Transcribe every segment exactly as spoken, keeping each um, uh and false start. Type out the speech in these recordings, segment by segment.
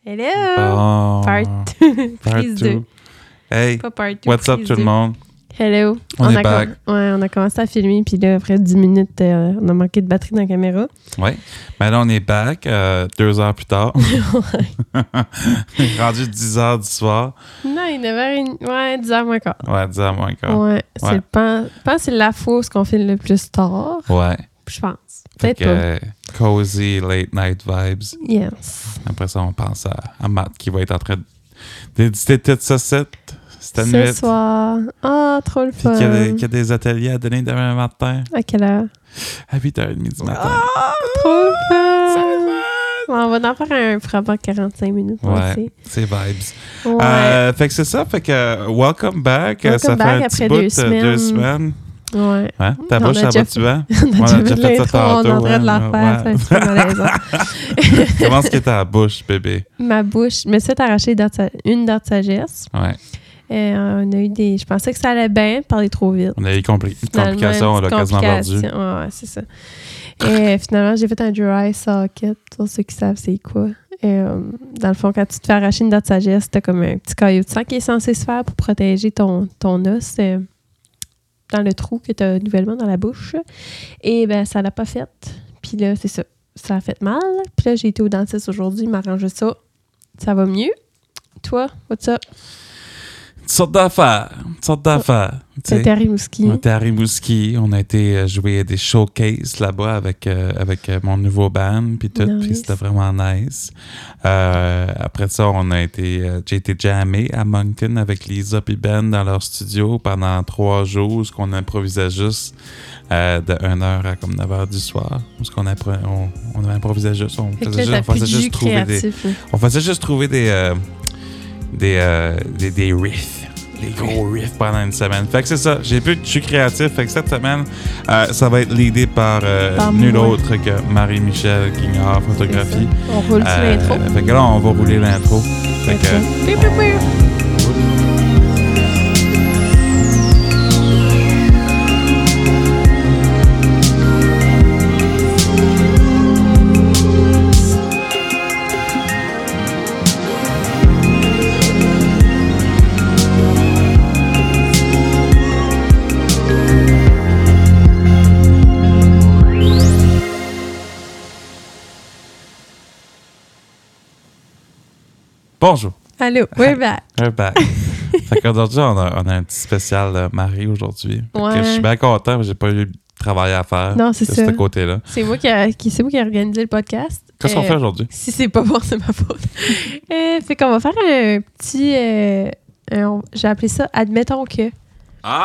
Hello! Bon, Part prise deux. Hey, Pas part deux, what's up prise tout le deux. monde? Hello! On est a back. com- ouais, on a commencé à filmer, puis là, après dix minutes, euh, on a manqué de batterie dans la caméra. Ouais. Mais là, on est back euh, deux heures plus tard. Rendu dix heures du soir. Non, il est neuf heures trente. Ouais, dix heures moins quart. Ouais, dix heures moins quart. Ouais, c'est Ouais. le pan- je pense que c'est la fois où on filme le plus tard. Ouais. Je pense. Fait Peut-être que, pas. euh, cozy late night vibes. Yes. Après ça, on pense à, à Matt qui va être en train d'éditer tout ça cette, cette Ce nuit. soir. Ah, trop le Puis fun. qu'il y, a des- qu'il y a des ateliers à donner demain matin À quelle heure? à huit heures trente du matin. Ah, trop le fun. Ouais, on va en faire un pour avoir quarante-cinq minutes. on Ouais, sait. c'est vibes. Ouais. Euh, fait que c'est ça, fait que euh, welcome back. Welcome ça back fait un après petit bout, deux euh, semaines. deux semaines. ouais. Hein? Ta On bouche, a ça déjà va-tu bien? On a Ouais, déjà on a fait déjà fait ça l'intro, on est en tantôt, train de la ouais, refaire, ouais. c'est un petit peu malaisant. Comment est-ce que ta bouche, bébé? Ma bouche, je me suis arraché une dent de sagesse. Ouais. Euh, on a eu des... Je pensais que ça allait bien, parler trop vite. On a eu une compli- une Finalement, complication, on une l'a petite quasiment perdu. complication. Ouais, ouais, c'est ça. Et finalement, j'ai fait un dry socket, pour ceux qui savent c'est quoi. Et, euh, dans le fond, quand tu te fais arracher une dent de sagesse, t'as comme un petit caillot de sang qui est censé se faire pour protéger ton, ton os euh, dans le trou que tu as nouvellement dans la bouche. Et ben ça l'a pas fait. Puis là, c'est ça. Ça a fait mal. Puis là, j'ai été au dentiste aujourd'hui, il m'a arrangé ça. Ça va mieux. Toi, what's up? Une sorte d'affaire. Une sorte d'affaire. tu sais. C'était à Rimouski. On était à Rimouski. On a été euh, jouer des showcases là-bas avec, euh, avec euh, mon nouveau band. Puis tout. Nice. Puis c'était vraiment nice. Euh, après ça, on a été... euh, j'ai été jammé à Moncton avec Lisa puis Ben dans leur studio pendant trois jours. Ce qu'on improvisait juste euh, de une heure à comme neuf heures du soir. Ce qu'on impro- on, on improvisait juste. On Fait que faisait là, juste, t'as on plus faisait de jus juste trouver des... créatif. là. On faisait juste trouver des, euh, des, euh, des, des riffs. Des gros riffs pendant une semaine. Fait que c'est ça. J'ai plus de jus créatif. Fait que cette semaine, euh, ça va être leadé par, euh, Par nul moi. autre que Marie-Michel Guignard, photographie. C'est ça. On roule sur Euh, l'intro. Fait que là, on va rouler l'intro. Fait que, Ok. Piu, piu, piu. bonjour. Allô, we're back. We're back. Fait qu'aujourd'hui, on a, on a un petit spécial euh, Marie aujourd'hui. Fait que Ouais. je suis bien content, mais j'ai pas eu de travail à faire Non, c'est de ça. ce côté-là. C'est moi qui a, qui, c'est moi qui a organisé le podcast. Qu'est-ce qu'on Euh, fait aujourd'hui? Si c'est pas bon, c'est ma faute. euh, fait qu'on va faire un petit... euh, un- j'ai appelé ça « Admettons que Ah! ».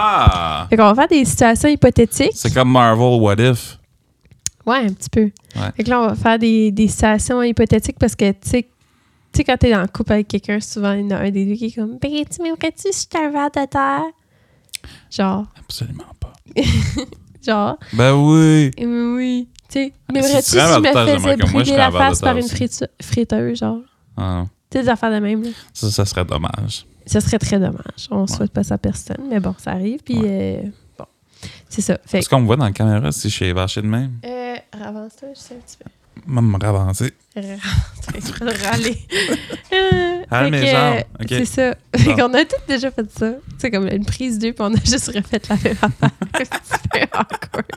Fait qu'on va faire des situations hypothétiques. C'est comme Marvel What If. Ouais, un petit peu. Ouais. Fait que là, on va faire des, des situations hypothétiques parce que, tu sais, tu sais, quand t'es dans le couple avec quelqu'un, souvent, il y en a un des deux qui est comme « Ben, tu m'aimerais-tu si j'étais un verre de terre? » Genre, Absolument pas. genre... Ben oui! Eh oui. Tu sais, Ah, m'aimerais-tu si si tu serais je à me la tâche, faisais j'aimerais que moi, je brûler serais la à la face par tâche une aussi. fritu- friteuse, genre? Ah, Tu sais, des affaires de même, là. ça, ça serait dommage. Ce serait très dommage. On ne souhaite pas ça à personne, mais bon, ça arrive. Puis, euh, bon, c'est ça. Fait Est-ce qu'on me voit dans la caméra si je suis vaché de même? euh, avance-toi, je sais un petit peu. Moi, me ravancer. Râler. Euh, Râle fait mes que, jambes. OK. C'est ça. Fait qu'on a tous déjà fait ça. C'est comme une prise deux, puis on a juste refait la même affaire. C'est awkward.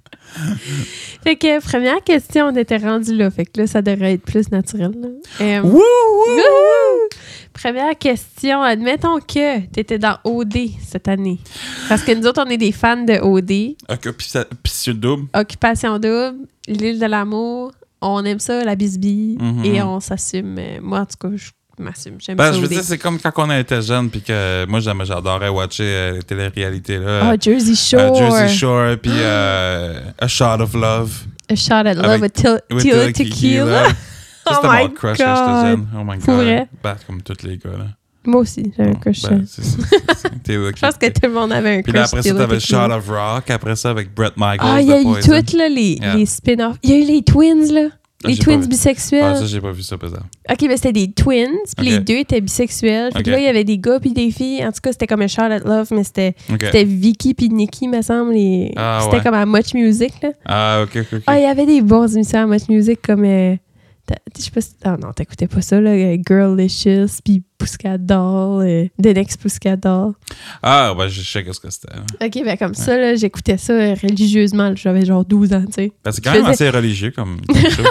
Fait que, première question, on était rendu là. Fait que là, ça devrait être plus naturel. Là. Euh, Wouh! Wouhou! Première question. Admettons que tu étais dans O D cette année. Parce que nous autres, on est des fans de O D. Occupation double. Occupation double, l'île de l'amour. On aime ça, la bisbille. Mhm. Et on s'assume. Euh, Moi, en tout cas, je m'assume. J'aime Ben, ça, je veux O D. dire, c'est comme quand on était jeune, puis que moi, j'aimais- j'adorais watcher euh, les téléréalités, là. Ah, Jersey Shore. Euh, Jersey Shore, puis euh, A Shot of Love. A Shot at Love Avec- with Til- with Tila Tila Tequila. Ça, Oh c'était my mon crush quand j'étais God. jeune. Oh my Pour God. vrai? Bat comme tous les gars, là. Moi aussi, j'avais un Bon, crush. ben, c'est ça. c'est- c'est Tila Je pense que tout le monde avait un Puis crush. là, après ça, Tila t'avais Tequila. Shot of Rock. Après ça, avec Brett Michaels. Ah, il y a de eu Poison. toutes, là, les, Yeah. les spin-offs. Il y a eu les twins, là. Ah, Les j'ai pas twins vu. bisexuels. Ah, ça, j'ai pas vu ça, par exemple. OK, mais c'était des twins, puis Ok. les deux étaient bisexuels. Fait que Ok. là, il y avait des gars puis des filles. En tout cas, c'était comme un Shot at Love, mais c'était OK. c'était Vicky puis Nikki, me semble. les- Ah, c'était ouais. comme à Much Music, là. Ah, OK, OK, OK. Ah, il y avait des bons émissions à Much Music, comme... euh, Je sais pas si... Ah non, t'écoutais pas ça, là. Girlicious, puis Pussycat Doll, euh, The Next Pussycat Doll. Ah, ben, je sais ce que c'était. Là. OK, ben comme ouais. ça, là, j'écoutais ça euh, religieusement. Là, j'avais genre douze ans, tu sais. Ben, c'est quand je même faisais... assez religieux comme chose.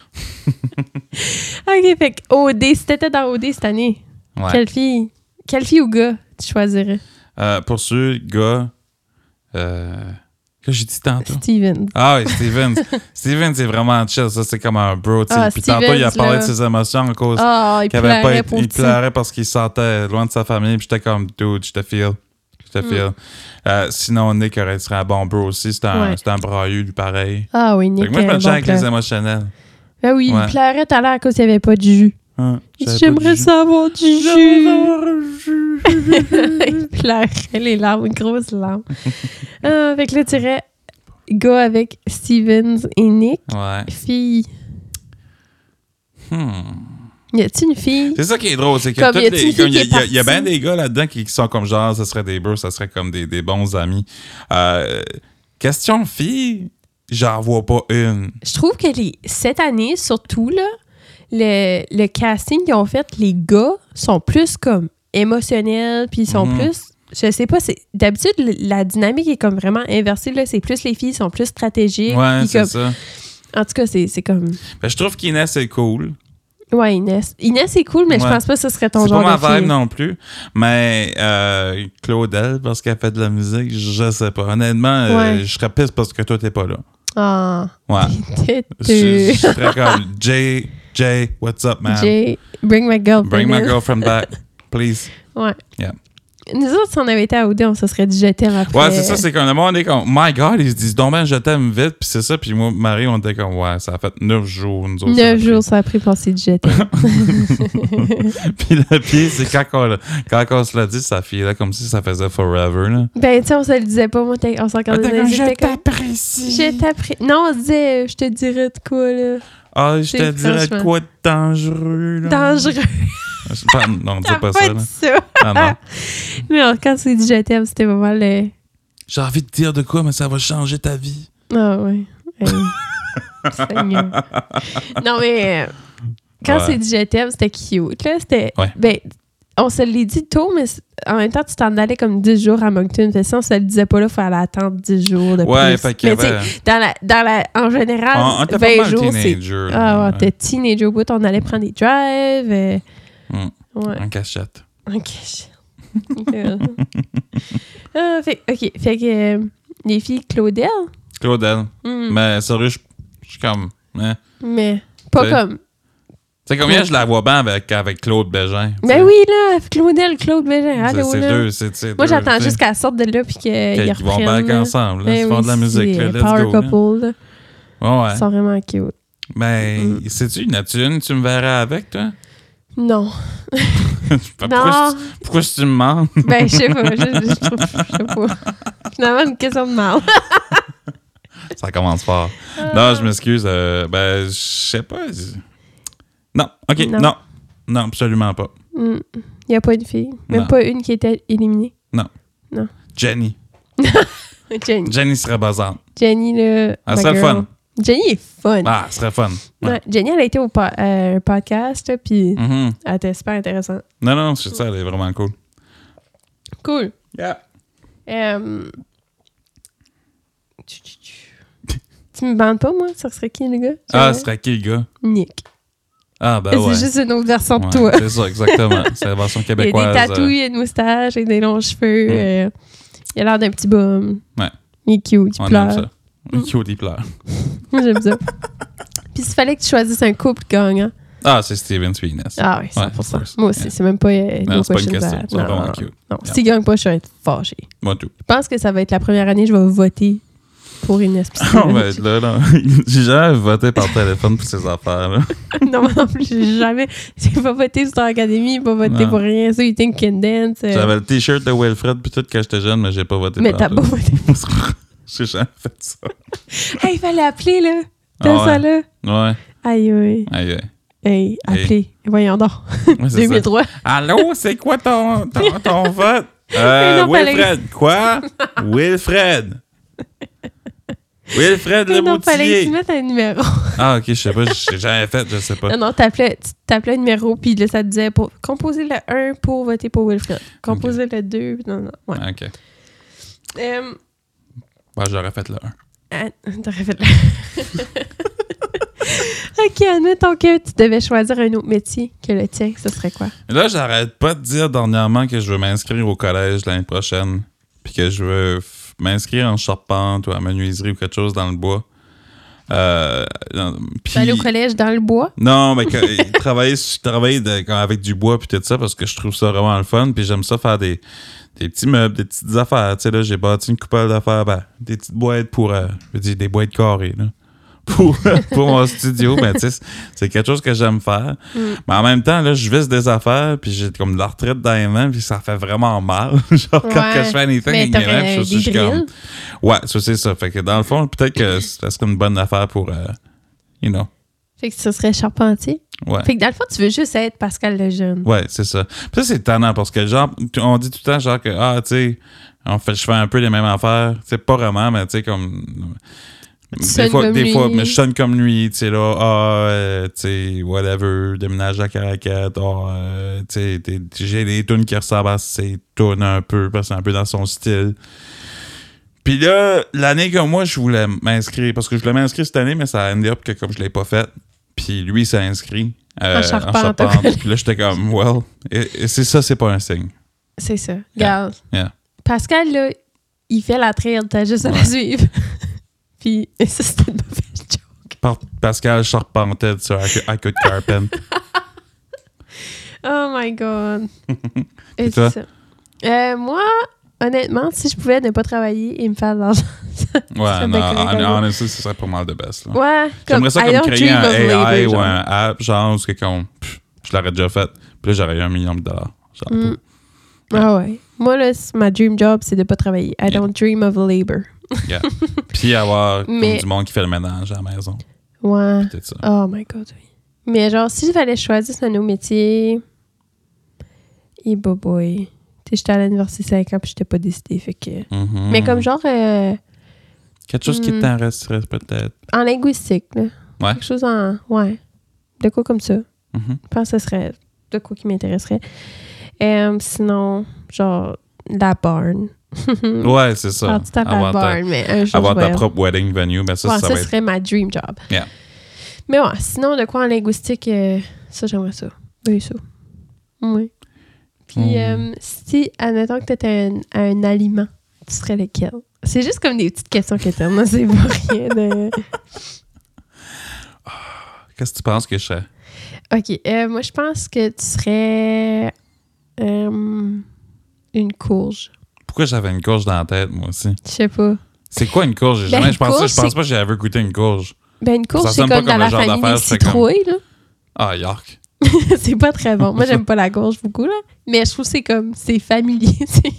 OK, fait que O D, si t'étais dans O D cette année, ouais. quelle fille... Quelle fille ou gars tu choisirais? Euh, pour ceux, gars... Euh... Que j'ai dit tantôt? Steven. Ah oui, Steven. Steven, c'est vraiment chill. Ça, c'est comme un bro. Ah, puis tantôt, il a parlé là. de ses émotions en cause Ah, il qu'il avait pleurait pas pour Il petit. pleurait parce qu'il se sentait loin de sa famille. Puis j'étais comme, dude, je te feel. Je te feel. Mm. Euh, sinon, Nick aurait serait un bon bro aussi. C'est un, ouais. un brailleux, lui, pareil. Ah oui, Nick. Moi, je me bon chante avec les émotionnels. Ben oui, ouais. il pleurait tout à l'heure à cause qu'il n'y avait pas de jus. Hein, J'aimerais ça avoir du jus. J'aimerais avoir un jus. Il pleurait les larmes, une grosse larme. euh, fait que là, tu dirais gars avec Stevens et Nick. Ouais. Fille. Hmm. Y a-t-il une fille? C'est ça qui est drôle, c'est que comme, toutes y les, comme, y, y, y a bien partie? des gars là-dedans qui, qui sont comme genre, ça serait des bros, ça serait comme des, des bons amis. Euh, question fille, j'en vois pas une. Je trouve que les, cette année, surtout, là, le, le casting qu'ils ont fait, les gars sont plus comme émotionnels, puis ils sont mm. plus... Je sais pas, c'est d'habitude, la dynamique est comme vraiment inversée, là. C'est plus les filles sont plus stratégiques. Ouais, c'est comme, ça. En tout cas, c'est, c'est comme... Ben, je trouve qu'Inès est cool. Ouais, Inès. Inès est cool, mais ouais. je pense pas que ce serait ton c'est genre de fille. C'est pas ma vibe non plus. Mais euh, Claudel, parce qu'elle fait de la musique, je sais pas. Honnêtement, ouais. euh, je serais pisse parce que toi, t'es pas là. Ah. Ouais. je, je serais comme Jay, Jay, what's up, man? Jay, bring my girlfriend. Bring my girlfriend back, please. Ouais. Yeah. Nous autres, si on avait été à O D, on se serait dit je t'aime après. Ouais, c'est ça, c'est comme le monde est comme, my God, ils se disent donc ben je t'aime vite, puis c'est ça, puis moi, Marie, on était comme, ouais, ça a fait neuf jours, nous autres. Neuf jours, ça a pris pour se dire je t'aime. Puis le pire, c'est quand on, quand on se l'a dit, ça filait comme si ça faisait forever, là. Ben, tu sais, on se le disait pas, moi, on s'en regardait. Comme, je t'apprécie. Je t'apprécie. Non, on se disait, je te dirais de quoi, là. Ah, je te dirais de quoi de dangereux, là. Dangereux. Pas, non, on dit pas, pas ça, dit là. ça. Ah, non. Mais alors, quand c'est dit je t'aime, c'était vraiment le... J'ai envie de te dire de quoi, mais ça va changer ta vie. Ah, ouais. Seigneur. Non, mais euh, quand ouais. c'est dit je t'aime, c'était cute, là. C'était... Ouais. Ben, on se l'est dit tôt, mais en même temps, tu t'en allais comme dix jours à Moncton. Fait ça, on se le disait pas là, il fallait attendre dix jours de ouais, plus. Fait qu'il y mais avait... dans la, dans la, en général, on, on vingt jours, teenager, c'est... Ah, ouais, ouais. t'es teenager au bout. On allait prendre des drives. Euh... Mm. Ouais. En cachette. En cachette. ah, fait, OK. Fait que euh, les filles, Claudel. Claudel. Mm. Mais sérieux, je suis comme... Hein. Mais pas t'sais. comme... Tu sais combien je la vois bien avec, avec Claude Bégin? Mais ben oui, là, Claudel, Claude Bégin. Allô, c'est là. deux, c'est, c'est Moi, deux, j'attends t'sais. juste qu'elle sorte de là puis qu'ils Qu'ils vont back ensemble. Là, ben ils oui, font de la musique. Là, let's power go. couple. Là. Ouais, ouais. Ils sont vraiment cute. Mais, mm. sais-tu, une une, tu me verrais avec, toi? Non. pourquoi, non. Je, pourquoi je tu me demandes? Ben, je sais pas. Je, je, je, trouve, je sais pas. Finalement, une question de mal. Ça commence fort. Euh... Non, je m'excuse. Euh, ben, je sais pas. Non, OK, non. Non, non absolument pas. Il mm. n'y a pas une fille. Même non. pas une qui était éliminée. Non. Non. Jenny. Jenny. Jenny serait basante. Jenny, le. Elle serait le fun. Jenny est fun. Ah, ce serait fun. Ouais. Ouais, Jenny, elle a été au po- euh, podcast, puis mm-hmm. elle était super intéressante. Non, non, c'est ça, elle est vraiment cool. Cool. Yeah. Um... tu me bandes pas, moi? Ça serait qui, le gars? Ah, ce serait qui, le gars? Nick. Ah, ben c'est ouais. C'est juste une autre version de ouais, toi. C'est ça, exactement. C'est la version québécoise. Il y a des tatoues, il y a une moustache, il y a des longs cheveux. Mm. Euh, il a l'air d'un petit bum. Ouais. Il est cute, il On pleure. aime ça. Il est cute, il pleure. Moi, j'aime ça. Puis s'il fallait que tu choisisses un couple gagnant. Ah, c'est Steven Sweetness. Ah oui, cent pour cent. Ouais, moi aussi, yeah. c'est même pas... Euh, non, c'est pas une question. C'est vraiment non, cute. Non, yeah. s'il gagne pas, je vais être fâchée. Moi, tout. Je pense que ça va être la première année, je vais voter pour Inès. On va être là, là. J'ai jamais voté par téléphone pour ces affaires, là. Non, moi non plus, j'ai jamais... J'ai pas voté sur l'Académie, pas voté non. pour rien. Ça, You Think You Can Dance. Euh... J'avais le t-shirt de Wilfred puis tout quand j'étais jeune, mais j'ai pas voté mais par t'as pas voté. J'ai jamais fait ça. Hey, il fallait appeler, là. T'as ah, ouais. ça, là. Ouais. Aïe, aïe. Aïe, aïe. Hey, appelez. Hey. Voyons donc. Ouais, deux mille trois. Allô, c'est quoi ton, ton, ton vote? Euh, non, Wilfred. Quoi? Wilfred. Wilfred Mais non, fallait que Lemoutillier. tu mettes un numéro. Ah, ok, je sais pas. J'ai jamais fait, je sais pas. Non, non, t'appelais, tu t'appelais un numéro, puis là, ça te disait pour, composer le un pour voter pour Wilfred. Composer okay. le deux. Non, non. Ouais. Ok. Euh, ouais, j'aurais fait le un. Ah, t'aurais fait le Ok, admettons que tu devais choisir un autre métier que le tien, ce serait quoi? Là, j'arrête pas de dire dernièrement que je veux m'inscrire au collège l'année prochaine. Puis que je veux f- m'inscrire en charpente ou à menuiserie ou quelque chose dans le bois. Euh, tu vas aller au collège dans le bois? Non, mais quand, travailler, travailler de, quand, avec du bois puis tout ça parce que je trouve ça vraiment le fun. Puis j'aime ça faire des, des petits meubles, des petites affaires. Tu sais, là, j'ai bâti une coupole d'affaires. Ben, des petites boîtes pour, euh, je veux dire, des boîtes carrées, là. Pour, pour mon studio, mais tu sais, c'est quelque chose que j'aime faire. Mm. Mais en même temps, là, je vise des affaires, puis j'ai comme de la retraite dans les mains, puis ça fait vraiment mal. Genre, ouais. Quand que je fais anything avec mes mains, je suis comme... Ouais, ça, c'est ça. Fait que dans le fond, peut-être que ça serait une bonne affaire pour, euh, you know. Fait que ça serait charpentier. Ouais. Fait que dans le fond, tu veux juste être Pascal Lejeune. Ouais, c'est ça. Puis ça, c'est tannant, parce que genre, on dit tout le temps, genre, que, ah, tu sais, en fait, je fais un peu les mêmes affaires. Tu sais, pas vraiment, mais tu sais, comme... Des fois, des fois, mais je sonne comme lui, tu sais, là, ah, euh, tu sais, whatever, déménage à Caracat, ah, euh, tu sais, j'ai des tunes qui ressemblent à ces tunes un peu, parce que c'est un peu dans son style. Puis là, l'année que moi, je voulais m'inscrire, parce que je voulais m'inscrire cette année, mais ça a endé up que comme je l'ai pas fait, puis lui, il s'est inscrit euh, en charpente. En charpente. Puis là, j'étais comme, well, et, et c'est ça, c'est pas un signe. C'est ça. Regarde. Yeah. Yeah. Pascal, là, il fait la trail, t'as juste à la suivre. Puis, ça, c'était une mauvaise joke. Par- Pascal Charpentet sur I Could Carpent. Oh my God. Et, et toi? Ça. Euh, moi, honnêtement, si je pouvais ne pas travailler et me faire de l'argent, ouais, non, honnêtement, ce serait pas mal de best. Là. Ouais, j'aimerais ça I comme créer un A I labor, ou un app, genre, où c'est comme, pff, je l'aurais déjà fait, puis là, j'aurais eu un million de dollars. Genre, mm. ouais. Ah ouais. Moi, là, ma dream job, c'est de pas travailler. I yeah. don't dream of labor. Yeah. Puis avoir mais... comme, du monde qui fait le ménage à la maison. Ouais. Peut-être ça. Oh my God, oui. Mais genre, si je fallait choisir un autre métier... Et bah boy. Tu sais, j'étais à l'université cinq ans puis j'étais pas décidée, fait que... Mm-hmm. Mais comme genre... Euh... Quelque chose mm, qui t'intéresserait peut-être. En linguistique, là. Ouais. Quelque chose en... Ouais. De quoi comme ça. Mm-hmm. Je pense que ce serait de quoi qui m'intéresserait. Euh, sinon, genre, la barn. Ouais, c'est ça. Alors, tu tapes à la barn, mais un jour, avoir ta ouais. propre wedding venue, mais ça, ouais, ça, ça va serait être... ma dream job. Yeah. Mais ouais, sinon, de quoi en linguistique, euh, ça, j'aimerais ça. Oui, ça. Oui. Puis, mm. euh, si, admettons que tu étais un, un aliment, tu serais lequel? C'est juste comme des petites questions que t'aimes. C'est pas rien de... Qu'est-ce que tu penses que je serais? OK. Euh, moi, je pense que tu serais euh, une courge. Pourquoi j'avais une courge dans la tête, moi aussi? Je sais pas. C'est quoi une courge? J'ai Ben, jamais, je pense, courge, je pense pas que j'avais goûté une courge. Ben, une courge, Ça c'est sonne comme pas dans comme la le genre famille d'affaires, des je fais comme- citrouilles, là. Ah, yark. C'est pas très bon. Moi, j'aime pas la gorge beaucoup, là. Mais je trouve que c'est comme, c'est familier.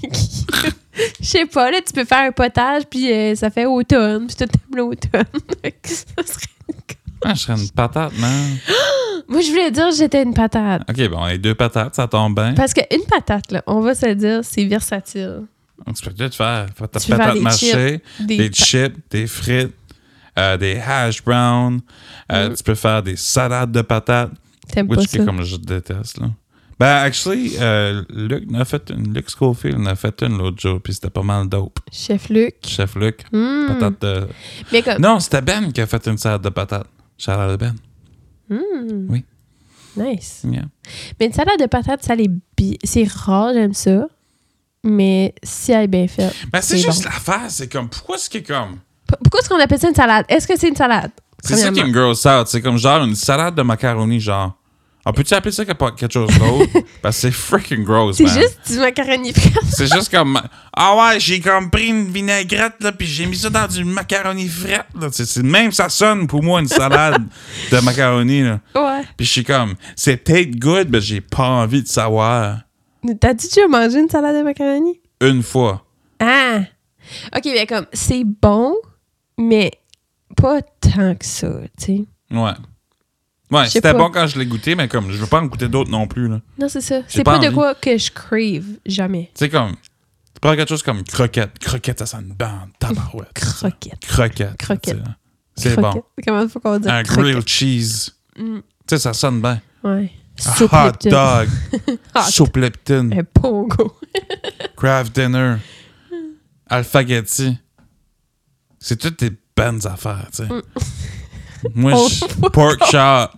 Je sais pas, là, tu peux faire un potage, puis euh, ça fait automne, puis tu t'aimes l'automne. Ça serait une Ah, je serais une patate, man. Moi, je voulais dire que j'étais une patate. OK, bon, les deux patates, ça tombe bien. Parce qu'une patate, là, on va se dire, c'est versatile. Donc, tu peux peut-être faire, faire ta Tu peux faire patate des mâchée, chips, des, des chips, des frites, euh, des hash browns. Euh, Mm. Tu peux faire des salades de patates. T'aimes pas Which ça? que comme je déteste, là. Ben, actually, euh, Luc a fait une, Luc Schofield en a fait une l'autre jour, puis c'était pas mal dope. Chef Luc. Chef Luc, Mm. patate de... Mais comme... Non, c'était Ben qui a fait une salade de patates. Salade de Ben. Mm. Oui. Nice. Yeah. Mais une salade de patates, ça les bi... c'est rare, j'aime ça. Mais si elle est bien faite. Ben, c'est c'est juste bon. l'affaire, c'est comme, pourquoi est-ce que comme... P- Pourquoi est-ce qu'on appelle ça une salade? Est-ce que c'est une salade? C'est ça qui me gross out, c'est comme genre une salade de macaroni, genre... On peut-tu appeler ça quelque chose d'autre? Parce que c'est freaking gross, C'est man. juste du macaroni frit. C'est juste comme... Ah ouais, j'ai comme pris une vinaigrette, là, puis j'ai mis ça dans du macaroni frit, là. C'est, c'est même ça sonne pour moi, une salade de macaroni, là. Ouais. Puis je suis comme... C'est peut-être good, mais j'ai pas envie de savoir. T'as-tu déjà mangé une salade de macaroni? Une fois. Ah! OK, mais comme, c'est bon, mais pas tant que ça, tu sais. Ouais. Ouais, Je sais c'était pas. bon quand je l'ai goûté, mais comme, je veux pas en goûter d'autres non plus, là. Non, c'est ça. J'ai C'est pas pas, de envie. quoi que je crave, jamais. Tu sais, comme... Tu prends quelque chose comme croquette. Croquette, ça sent une bande. Tabarouette. Croquette. Croquette. Croquette. C'est Croquette. bon. Comment faut qu'on dise Un croquette? grilled cheese. Mm. Tu sais, ça sonne bien. Ouais. Un Soupe hot Lipton. dog. Hot. Soupe Lipton. Un pogo. Kraft dinner. Alphagetti. C'est toutes des bonnes affaires, tu sais. Mm. Moi, Oh, je... Pork chop.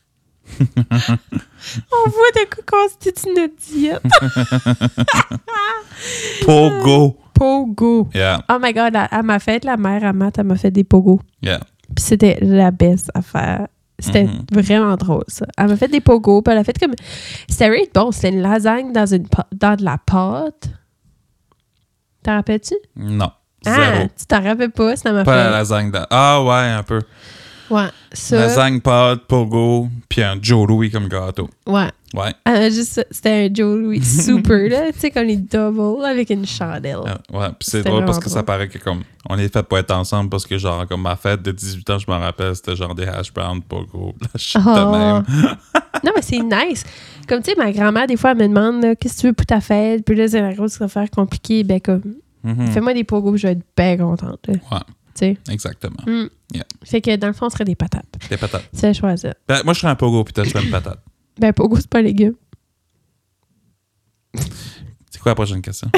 On voit de quoi constitue notre diète. Pogo. Pogo. Yeah, Oh my God, à, à ma fête, la mère à Matt, elle m'a fait des pogos. yeah. Puis c'était la best affaire. C'était Mhm. vraiment drôle, ça. Elle m'a fait des pogos, puis elle a fait comme... C'était really bon. C'était une lasagne dans, une pa- dans de la pâte. T'en rappelles-tu? Non. Ah, Zéro. tu t'en rappelles pas? Ça m'a Pas la fait... lasagne. De... Ah ouais, un peu. Ouais, ça... Lasagne, pâte, pogo, puis un Joe Louis comme gâteau. Ouais. Ouais. Elle a juste... C'était un Joe Louis super, là. Tu sais, comme les doubles avec une chandelle. Ah, ouais, puis c'est C'était drôle parce vraiment que ça drôle. paraît que comme on est fait pour être ensemble parce que genre comme ma fête de dix-huit ans, je me rappelle, c'était genre des hash browns, pogo, la shit Oh. de même. Non, mais c'est nice. Comme, tu sais, ma grand-mère, des fois, elle me demande, là, qu'est-ce que tu veux pour ta fête? Puis là, c'est la grosse affaire compliquée. Ben, comme, Mhm. fais-moi des pogos, je vais être bien contente. Là. Ouais, Tu sais. exactement. Mm. Yeah. Fait que, dans le fond, ce serait des patates. Des patates. Tu sais, choisir. Ben, moi, je serais un pogo, puis toi, tu serais une patate. Ben, pogo, c'est pas légume. C'est quoi la prochaine question?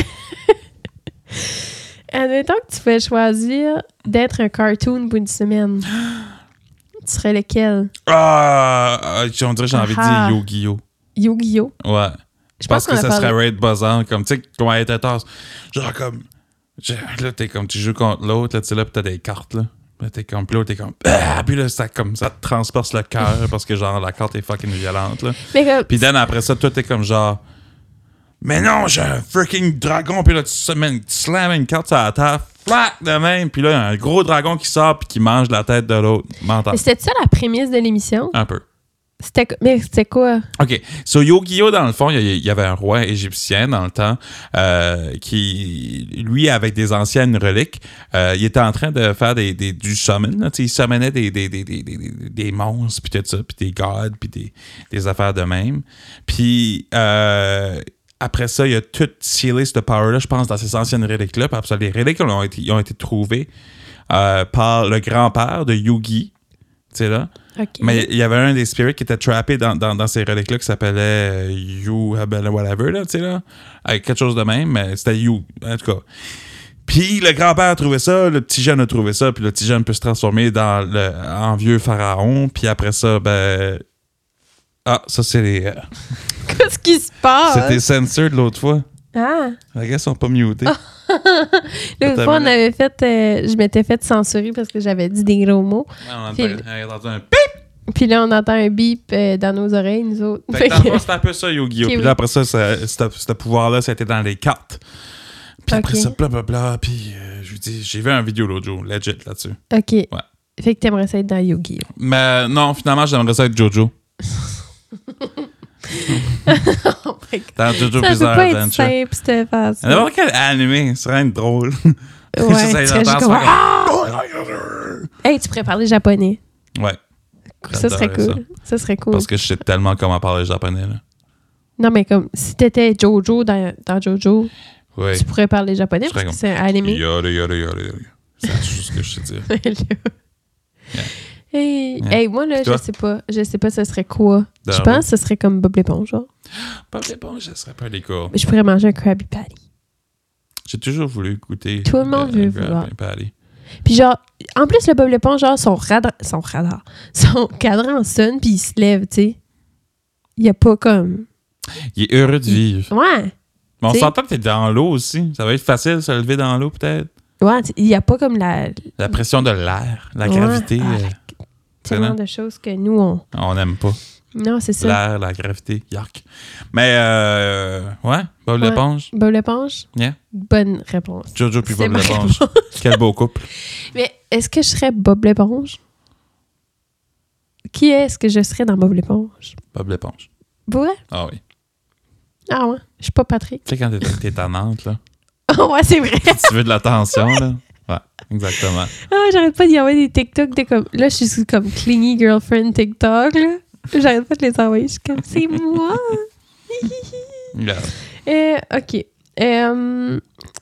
Admettons que tu fais choisir d'être un cartoon pour une semaine. Tu serais lequel? Ah! ah, on dirait que j'ai envie de Ah. dire Yu-Gi-Oh! Yu-Gi-Oh! Ouais. Je Parce que qu'on a ça parlé- serait raid buzzant, comme, tu sais, comment elle était tard. Genre, comme, je- là, t'es comme, tu joues contre l'autre, là, tu sais, là, pis t'as des cartes, là. Puis là, t'es comme, puis l'autre, t'es comme, ah! Puis là, ça, comme, ça te transperce le cœur parce que, genre, la carte est fucking violente, là. Mais comme, Puis Dan, après ça, toi, t'es comme, genre, mais non, j'ai un freaking dragon, puis là, tu, tu slams une carte sur la table, flac, de même, puis là, il y a un gros dragon qui sort, puis qui mange la tête de l'autre. Mental. mais c'était ça la prémisse de l'émission? Un peu. C'était, co- mais c'était quoi? OK. So, Yu-Gi-Oh! Dans le fond, il y, il y avait un roi égyptien dans le temps euh, qui, lui, avec des anciennes reliques, euh, il était en train de faire des, des, du summon. Là, il summonait des, des, des, des, des, des monstres, puis tout ça, puis des gods, puis des, des affaires de même. Puis, euh, après ça, il a tout sealé ce power-là, je pense, dans ces anciennes reliques-là. Puis après ça, les reliques ont été, ils ont été trouvées euh, par le grand-père de Yugi. Tu sais, là. OK. Mais il y avait un des spirits qui était trappé dans, dans, dans ces reliques-là qui s'appelait euh, You, whatever, là, tu sais, là. Avec quelque chose de même, mais c'était You, en tout cas. Puis le grand-père a trouvé ça, le petit jeune a trouvé ça, puis le petit jeune peut se transformer dans le, en vieux pharaon, puis après ça, ben... Ah, ça, c'est les... euh, Qu'est-ce qui se passe? C'était censored l'autre fois. Ah! Les gars sont pas mutés. L'autre fois, on avait fait... euh, je m'étais fait censurer parce que j'avais dit des gros mots. Ah, on Puis- a entendu un pip! Puis là, on entend un bip euh, dans nos oreilles, nous autres. Fait Fait que dans le que- fond, c'était un peu ça, Yu-Gi-Oh! Ok, Puis oui. là, après ça, ça ce ce pouvoir-là, ça a été dans les cartes. Puis après Ok. ça, blablabla. Puis euh, je vous dis, j'ai vu un vidéo l'autre jour, legit là-dessus. OK. Fait que t'aimerais ça être dans Yu-Gi-Oh! Mais non, finalement, j'aimerais ça être Jojo. Oh my God. Dans Jojo Ça peut Bizarre pas être Adventure. simple, cette face. N'importe quel animé, ce serait drôle. Ouais, Ça, tu ça, serais juste ça, comme... ça, Ah! Hey, tu pourrais parler japonais. Ouais, Ça serait J'adorerais cool. Ça. serait cool. parce que je sais tellement comment parler japonais. Là. Non, mais comme, si t'étais Jojo dans, dans Jojo, Ouais. tu pourrais parler japonais Je serais parce que comme- c'est un animé. Yada, yada, yada, yada. C'est la chose que je sais dire. Yeah. Hey, Yeah. hey, moi, là, Puis je toi? sais pas. Je sais pas ce serait quoi. Dans Je le pense que ce serait comme Bob l'éponge, genre. Pas bon, je serais pas les cours. Je pourrais manger un Krabby Patty. J'ai toujours voulu goûter. Tout le monde euh, veut Krabby vouloir. Patty. Puis genre, en plus, le Bob l'éponge, genre, son radar, son radar, son cadran sonne, puis il se lève, tu sais. Il y a pas comme... Il est heureux de vivre. Ouais. Mais on T'sais. s'entend que t'es dans l'eau aussi. Ça va être facile de se lever dans l'eau, peut-être. Ouais, t'sais, il y a pas comme la... La pression de l'air, la Ouais. gravité, Ah, euh, la- tellement non? de choses que nous, on... on n'aime pas. Non, c'est ça. L'air, la gravité, yark. Mais, euh, ouais, Bob Ouais. l'éponge. Bob l'éponge? Yeah. Bonne réponse. Jojo puis C'est Bob ma l'éponge. réponse. Quel beau couple. Mais est-ce que je serais Bob l'éponge? Qui est-ce que je serais dans Bob l'éponge? Bob l'éponge. Ouais? Ah oui. Ah ouais? Je suis pas Patrick. Tu sais, quand t'es, t'es tannante, là. Ah ouais, c'est vrai. Tu veux de l'attention, là. Ouais, exactement. Ah, j'arrête pas d'y envoyer des TikTok de comme... Là, je suis sur comme Clingy Girlfriend TikTok, là. J'arrête pas de les envoyer. Je suis comme, c'est moi! Yeah. Euh, OK. Euh,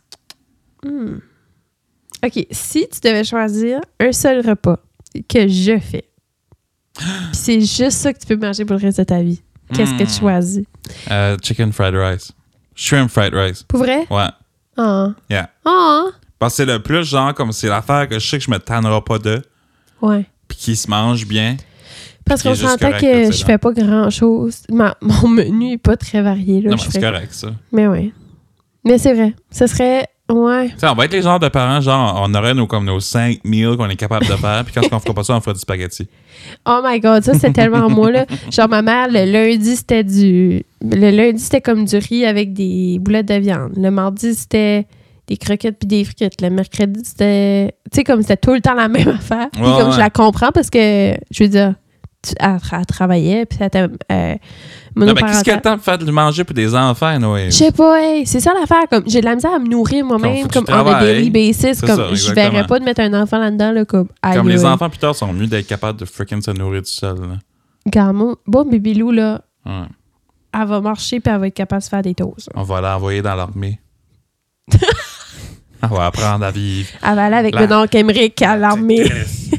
Hmm. OK, si tu devais choisir un seul repas que je fais, puis c'est juste ça que tu peux manger pour le reste de ta vie, qu'est-ce Mm. que tu choisis? Euh, chicken fried rice. Shrimp fried rice. Pour vrai? Ouais. Ah. Yeah. Ah. Parce que c'est le plus genre comme c'est l'affaire que je sais que je me tannerai pas de, Ouais. puis qui se mange bien. Parce Puis qu'on qui est juste s'entend correct, que là, je là. fais pas grand-chose. Ma- mon menu est pas très varié. Là. Non, Je mais c'est fais- correct, ça. Mais ouais. Mais c'est vrai. Ce serait... Ouais. Tu sais, on va être les genres de parents, genre, on aurait nos, comme nos cinq meals qu'on est capable de faire, puis quand on fera pas ça, on fera du spaghetti. Oh my God, ça, c'est tellement moi, là. Genre, ma mère, le lundi, c'était du... Le lundi, c'était comme du riz avec des boulettes de viande. Le mardi, c'était des croquettes puis des frites. Le mercredi, c'était... Tu sais, comme c'était tout le temps la même affaire. Puis Ouais, comme ouais. je la comprends parce que, je veux dire, tu- elle, elle travaillait, puis elle était euh, Non, mais qu'est-ce qu'il y a monoparentale. le temps de faire de manger pour des enfants, Noé? Je sais pas, hey, c'est ça l'affaire. Comme, j'ai de la misère à me nourrir Comme, moi-même, faut que comme tu on a travailles. daily basis. C'est Comme, ça, je verrais exactement. pas de mettre un enfant là-dedans, là, comme... Comme aïe, les aïe. enfants, plus tard, sont mieux d'être capables de freaking se nourrir tout seul. Là. Garmon, bon, bébé Lou, là, Ouais. elle va marcher puis elle va être capable de se faire des toasts. On va l'envoyer dans l'armée. On va apprendre à vivre. Elle va aller avec La- mon oncle Émeric à l'armée.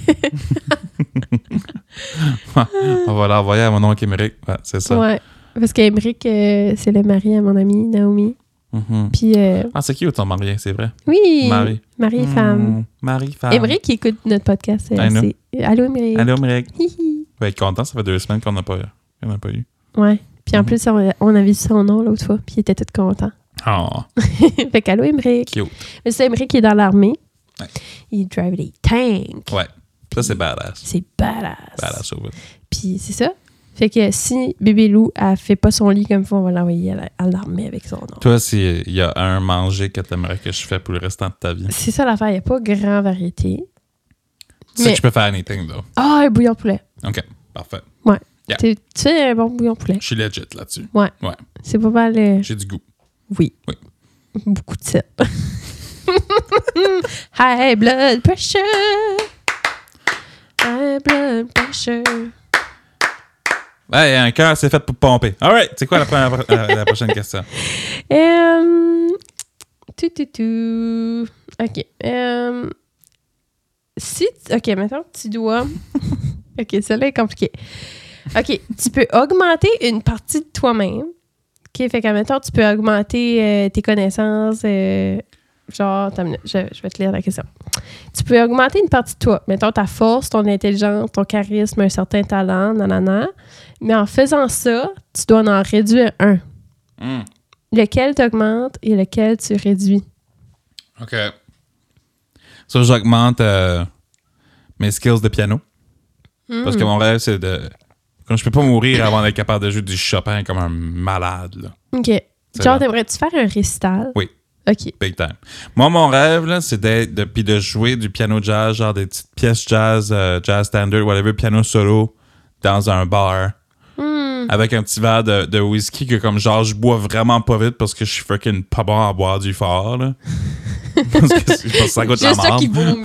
On va l'envoyer à mon oncle Émeric. Ouais, c'est ça. Ouais. Parce qu'Émeric, euh, c'est le mari à mon amie, Naomi. Mhm. Puis, euh, Ah, c'est qui ton marié, c'est vrai? oui, Mari. mari et femme. Hmm, Mari, femme. Émeric qui écoute notre podcast. euh, I know. c'est... Allô, Émeric. Allô, Émeric. Hihi. Il va être content, ça fait deux semaines qu'on n'a pas, qu'on n'a pas eu. Ouais. Puis en Mhm. plus, on, on a vu son nom l'autre fois, puis il était tout content. Oh, Fait qu'allô, Émeric. cute. Mais c'est Émeric qui est dans l'armée. Ouais. Il drive des tanks. Ouais. Ça, c'est badass. C'est badass. Badass, au bout. Puis c'est ça. Fait que si bébé Lou, elle fait pas son lit comme il faut, on va l'envoyer à, la- à l'armée avec son nom. Toi, s'il y a un manger que t'aimerais que je fais pour le restant de ta vie, C'est ça l'affaire, il n'y a pas grand variété. tu sais Mais- que je peux faire anything, though. Ah, un bouillon de poulet. OK, parfait. Yeah. Tu tu fais un bon bouillon de poulet. Je suis legit là-dessus. C'est pas mal. euh, J'ai du goût. Oui. Oui. Beaucoup de sel. High blood pressure. High blood pressure. Ouais, un cœur, c'est fait pour pomper. All right, c'est quoi la, première, euh, la prochaine question? Euh, tout, tout, tout. OK. Euh, si... tu- OK, maintenant, tu dois... OK, celle-là est compliquée. OK, tu peux augmenter une partie de toi-même. OK, fait qu'à maintenant, tu peux augmenter euh, tes connaissances. euh, genre, attends une minute, je, je vais te lire la question. Tu peux augmenter une partie de toi. Mettons ta force, ton intelligence, ton charisme, un certain talent, nanana. Mais en faisant ça, tu dois en réduire un. Hmm, Lequel t'augmente et lequel tu réduis? OK. Ça, j'augmente euh, mes skills de piano. Parce que mon rêve, c'est de... Quand je peux pas mourir avant d'être capable de jouer du Chopin comme un malade, là. OK. C'est Genre, bon. t'aimerais-tu faire un récital? Oui. OK. Big time. Moi, mon rêve, là, c'est d'être, de, puis de jouer du piano jazz, genre des petites pièces jazz, euh, jazz standard, whatever, piano solo, dans un bar, Hmm. avec un petit verre de, de whisky que, comme genre, je bois vraiment pas vite parce que je suis freaking pas bon à boire du fort, là. parce, que, parce que ça goûte la Juste ça merde. qui vomit.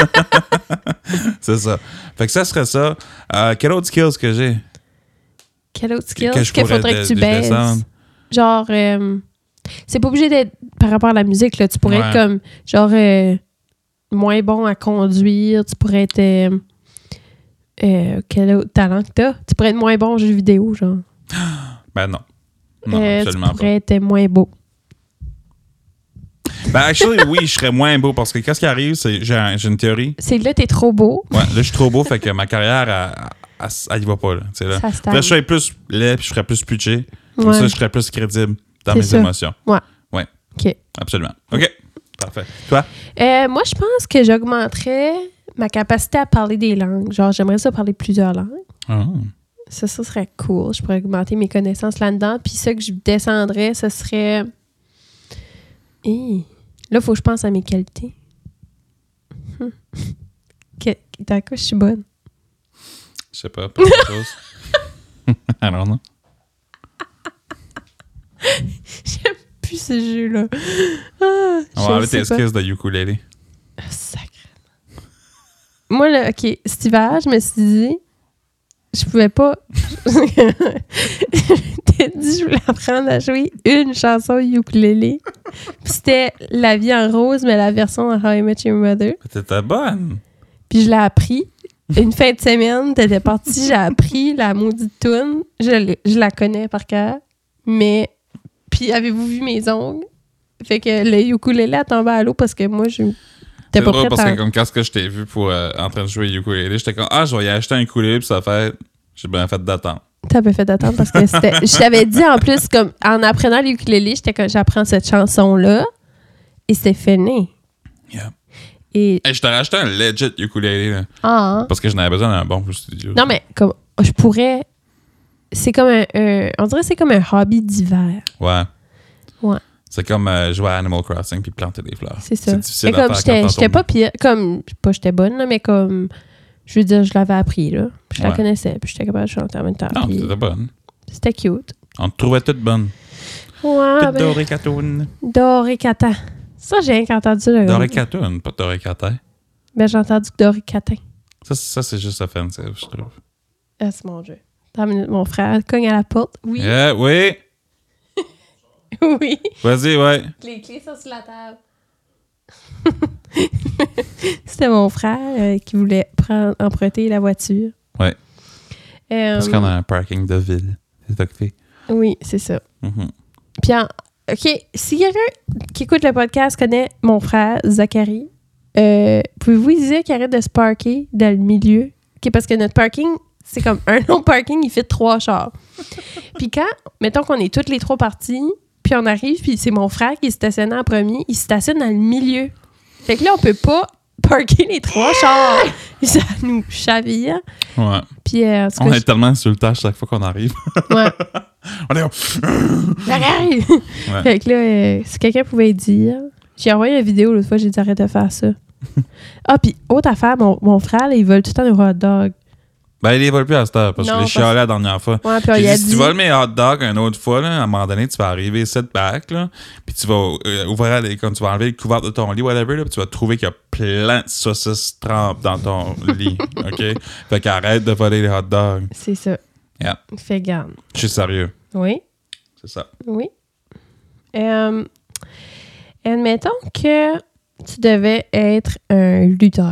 C'est ça. Fait que ça serait ça. Euh, quel autre skills que j'ai? Quel autre skill? Que je Qu'il pourrais faudrait de- que tu de baisses? descendre? Genre, euh, c'est pas obligé d'être par rapport à la musique, là. Tu pourrais Ouais. être comme, genre, euh, moins bon à conduire. Tu pourrais être... euh, euh, quel autre talent que t'as? Tu pourrais être moins bon aux jeux vidéo, genre. Ben non. Non, Euh, tu absolument pas. pourrais être moins beau. Ben, actually, oui, je serais moins beau parce que qu'est-ce qui arrive, c'est j'ai, un- j'ai une théorie. C'est que là, t'es trop beau. Ouais, là, je suis trop beau, fait que ma carrière, elle, elle, elle y va pas, là. Tu sais, là. Ça Là, stagne. je serais plus laid, puis je serais plus pitché. Comme Ouais. ça, je serais plus crédible dans C'est mes ça. émotions. Ouais. Ouais. OK. Absolument. OK. Parfait. Toi? Euh, moi, je pense que j'augmenterais ma capacité à parler des langues. Genre, j'aimerais ça parler plusieurs langues. Oh. Ça, ça serait cool. Je pourrais augmenter mes connaissances là-dedans. Puis ça que je descendrais, ce serait... Hi. Là, il faut que je pense à mes qualités. Hum. Que... Dans quoi je suis bonne? Je sais pas, pas grand-chose. I don't know. J'aime plus ce jeu-là. Ah, On je va enlever sais tes pas. skills de ukulélé. Ah, sacrément. Moi, là, OK, cet hiver, je me suis dit, je pouvais pas... T'as dit, je voulais apprendre à jouer une chanson ukulélé. Puis c'était La vie en rose, mais la version de How I Met Your Mother. T'étais bonne. Puis je l'ai appris. Une fin de semaine, t'étais partie, j'ai appris la maudite toune. Je, je la connais par cœur. Mais, puis avez-vous vu mes ongles? Fait que le ukulélé a tombé à l'eau parce que moi, je t'es pas prête parce à... que comme quand que je t'ai vu pour, euh, en train de jouer ukulélé, j'étais comme « Ah, je vais y acheter un ukulélé, puis ça fait... » J'ai bien fait d'attendre. T'as bien fait d'attendre parce que c'était... Je t'avais dit en plus, comme en apprenant le ukulélé, j'étais comme « J'apprends cette chanson-là. » Et c'est fini. Yeah. Et... Hey, je t'ai racheté un legit ukulélé, là. Ah. Parce que j'en avais besoin d'un bon studio. Non, mais comme je pourrais... C'est comme un... un... On dirait que c'est comme un hobby d'hiver. Ouais. Ouais. C'est comme euh, jouer à Animal Crossing puis planter des fleurs. C'est ça. C'est difficile mais à comme faire j'étais, quand j'étais pas pire. Comme, pas j'étais bonne, là, mais comme... Je veux dire, je l'avais appris, là. Puis je ouais. la connaissais, puis j'étais capable de chanter en même temps. Non, puis... c'était bonne. C'était cute. On te trouvait toutes bonnes. Ouais, Toutes ben... dorées catounes. Doré Catin. Ça, j'ai rien entendu. Là, doré catounes, pas doré catin. Ben, j'ai entendu Doré Catin. Ça, ça, c'est juste offensive, je trouve. Ah, c'est mon jeu. Mon frère cogne à la porte. Oui. Yeah, oui. Oui. Vas-y, ouais. Les clés sont sur la table. C'était mon frère euh, qui voulait prendre, emprunter la voiture. Ouais. Euh, Parce qu'on a un parking de ville. C'est occupé. Oui, c'est ça. Mm-hmm. Puis, en, OK, si quelqu'un qui écoute le podcast connaît mon frère, Zachary, euh, pouvez-vous lui dire qu'il arrête de se parker dans le milieu? OK, parce que notre parking, c'est comme un long parking, il fait trois chars. Puis quand, mettons qu'on est toutes les trois parties, puis on arrive, puis c'est mon frère qui est stationné en premier, il se stationne dans le milieu. Fait que là, on peut pas parker les trois chars. Ça nous chavire. Ouais. Puis, euh, on est je... tellement insultant chaque fois qu'on arrive. Ouais. On est comme... J'arrive! Ouais. Fait que là, euh, si quelqu'un pouvait dire... J'ai envoyé une vidéo l'autre fois, j'ai dit arrête de faire ça. Ah, puis autre affaire, mon, mon frère, là, il vole tout le temps des hot dogs. Ben, il les vole plus à cette heure, parce Non, que je les chialais la dernière fois. Ouais, puis J'ai il a dit, si dit... tu voles mes hot dogs une autre fois, là, à un moment donné, tu vas arriver sept back, là, puis tu vas euh, ouvrir, les, comme tu vas enlever le couvercle de ton lit, whatever, là, puis tu vas trouver qu'il y a plein de saucisses trempes dans ton lit, OK? Fait qu'arrête de voler les hot dogs. C'est ça. Yeah. Fais garde. Je suis sérieux. Oui. C'est ça. Oui. Euh, admettons que tu devais être un lutteur.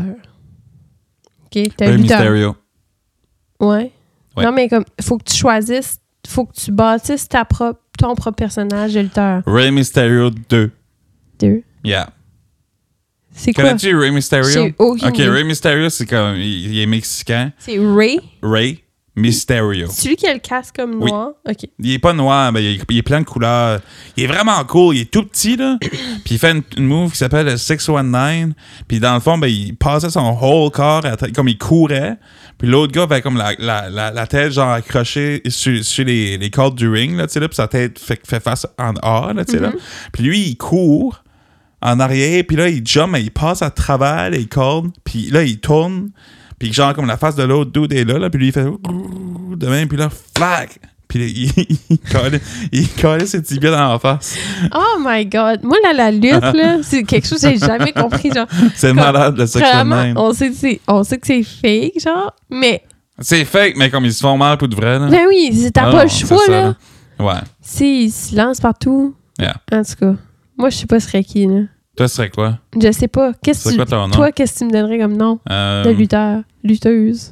OK? T'es un Rey lutteur. Mysterio. Ouais. Ouais. Non, mais comme, faut que tu choisisses, faut que tu bâtisses ta propre, ton propre personnage de lutteur. Rey Mysterio deux. Deux. Yeah. C'est quoi? Connais-tu Rey Mysterio? J'ai aucune OK, idée. Rey Mysterio, c'est comme, il, il est mexicain. C'est Ray. Rey Mysterio. C'est celui qui a le casque comme Oui. noir? OK. Il est pas noir, mais il est, il est plein de couleurs. Il est vraiment cool. Il est tout petit, là. Puis il fait une, une move qui s'appelle le six dix-neuf. Puis dans le fond, ben, il passait son whole corps à, comme il courait. Puis l'autre gars avait comme la, la, la, la tête genre accrochée sur, sur les, les cordes du ring, là, tu sais, là. Puis sa tête fait, fait face en A, là, tu sais, là. Puis lui, il court en arrière. Puis là, il jump, mais il passe à travers les cordes. Puis là, il tourne. Puis genre, comme la face de l'autre dude est là, là, puis lui, il fait de même, puis là, flac! Puis là, il, il, collait, il collait ses tibias dans la face. Oh my God! Moi, là, la lutte, là, c'est quelque chose que j'ai jamais compris, genre... C'est malade, le sexe même. On sait, que c'est, on sait que c'est fake, genre, mais... C'est fake, mais comme ils se font mal pour de vrai, là. Ben oui, c'est- t'as Ah pas non, le choix, c'est ça, là. là. Ouais. Si, ils se lancent partout. Yeah. En tout cas, moi, je sais pas ce serait qui, là. Toi, ce serait quoi? Je sais pas. Qu'est-ce C'est que quoi tu... ton nom? Toi, qu'est-ce que tu me donnerais comme nom Euh, de lutteur? Lutteuse.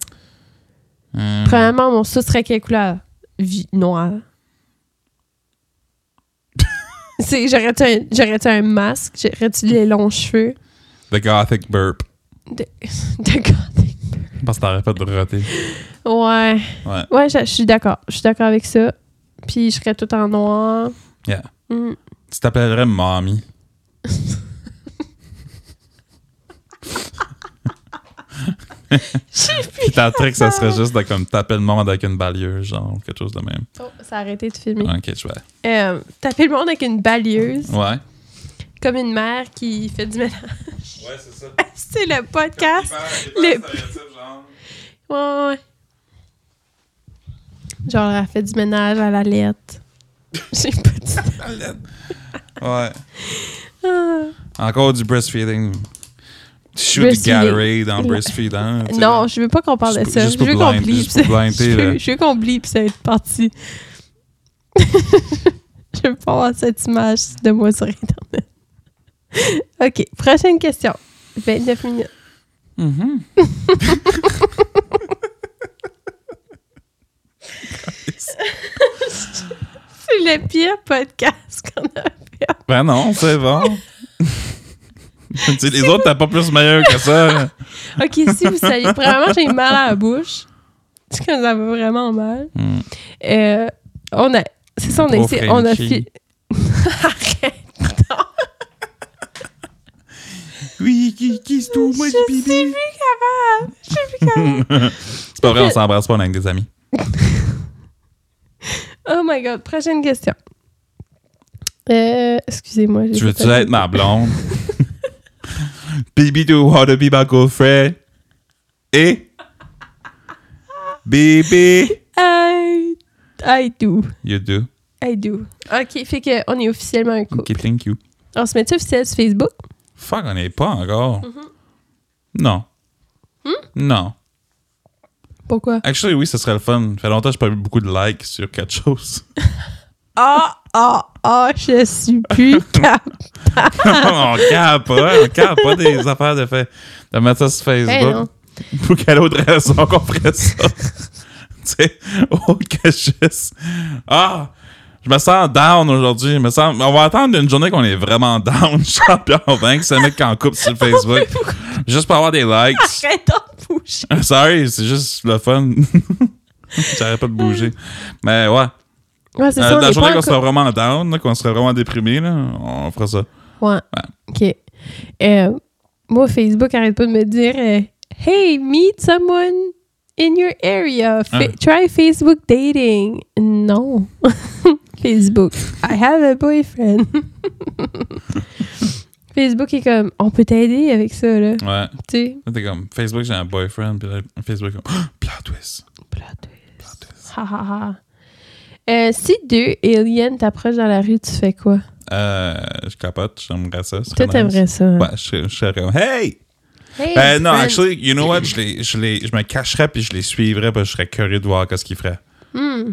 euh, Premièrement, mon ça serait quelle couleur? Vi- Noir. C'est, j'aurais-tu un, j'aurais-tu un masque? J'aurais-tu les longs cheveux? The Gothic Burp. De, de gothic. Parce que t'arrêtes pas de roter. Ouais. Ouais. Ouais, je, je suis d'accord. Je suis d'accord avec ça. Puis je serais tout en noir. Yeah. Mm. Tu t'appellerais Mommy. Puis ta trick, ça serait juste de comme taper le monde avec une balieuse, genre, quelque chose de même. Oh, ça a arrêté de filmer. Ok, je vais. Euh, taper le monde avec une balieuse. Ouais. Comme une mère qui fait du ménage. Ouais, c'est ça. C'est le podcast. Le... Ouais, ouais, ouais. Genre, elle fait du ménage à la lettre. J'ai pas dit. Ouais. Ah. Encore du breastfeeding. Shoot du Gatorade en breastfeeding. Non, je veux pas qu'on parle de ça. Juste Je veux pour qu'on blind- bleep juste pour ça. blinder, Je là. veux, je veux qu'on bleep cette partie. Je veux rapport à cette image de moi sur Internet. OK, prochaine question. vingt-neuf minutes. Mm-hmm. C'est le pire podcast qu'on a fait. Ben non, c'est bon. Tu sais, les autres, t'as pas plus meilleur que ça. OK, si vous saviez, vraiment, j'ai mal à la bouche. C'est quand ça va vraiment mal. Mm. Euh, on a... C'est ça, on a Trop essayé... On a Frenchy. fi... Arrête! Oui, qui, qui c'est tout? Moi, Je j'ai suis bébé. plus capable! Je suis plus capable! C'est pas vrai, on s'embrasse pas, on est avec des amis. Oh my God, prochaine question. Euh, excusez-moi. j'ai Tu veux-tu fait- être ma blonde? Baby, do you want to be my girlfriend? Eh? Baby? I... I do. You do. I do. OK, fait qu'on est officiellement un couple. Ok, thank you. On se met-tu officiel sur Facebook? Fuck, on n'est pas encore. Mm-hmm. Non. Hmm? Non. Pourquoi? Actually, oui, ce serait le fun. Ça fait longtemps que j'ai pas eu beaucoup de likes sur quelque chose. Ah, ah, ah, je suis plus capable. on capte pas, on capte pas des affaires de fait. De mettre ça sur Ben Facebook. non. Pour quelle autre raison qu'on ferait ça? Tu sais, oh, que juste. Ah! Je me sens down aujourd'hui. Je me sens... On va attendre une journée qu'on est vraiment down, champion vingt, c'est un mec qui en coupe sur Facebook. Juste pour avoir des likes. Arrête de bouger. Sorry, c'est juste le fun. J'arrête pas de bouger. Mais ouais. Ouais, c'est Euh, ça. on la est journée pas qu'on en sera vraiment down, là, qu'on serait vraiment déprimé, là, on fera ça. Ouais. OK. Euh, moi, Facebook arrête pas de me dire euh, Hey, meet someone in your area. Fa- Ah. Try Facebook dating. Non. Facebook. I have a boyfriend. Facebook est comme on peut t'aider avec ça, là. Ouais. Tu sais. Là, t'es comme Facebook, j'ai un boyfriend, puis là, Facebook, comme oh, plot twist. Plot twist. Plot twist. Ha ha ha. Euh, si deux aliens t'approchent dans la rue, tu fais quoi? Euh, je capote, j'aimerais ça. ce Toi, serait nice. t'aimerais ça. hein? Ouais, je serais- je serais comme hey! Hey, Euh, non, friend. actually, you know what? Je, les, je, les, je me cacherais puis je les suivrais parce que je serais curieux de voir qu'est-ce qu'ils feraient. Hmm.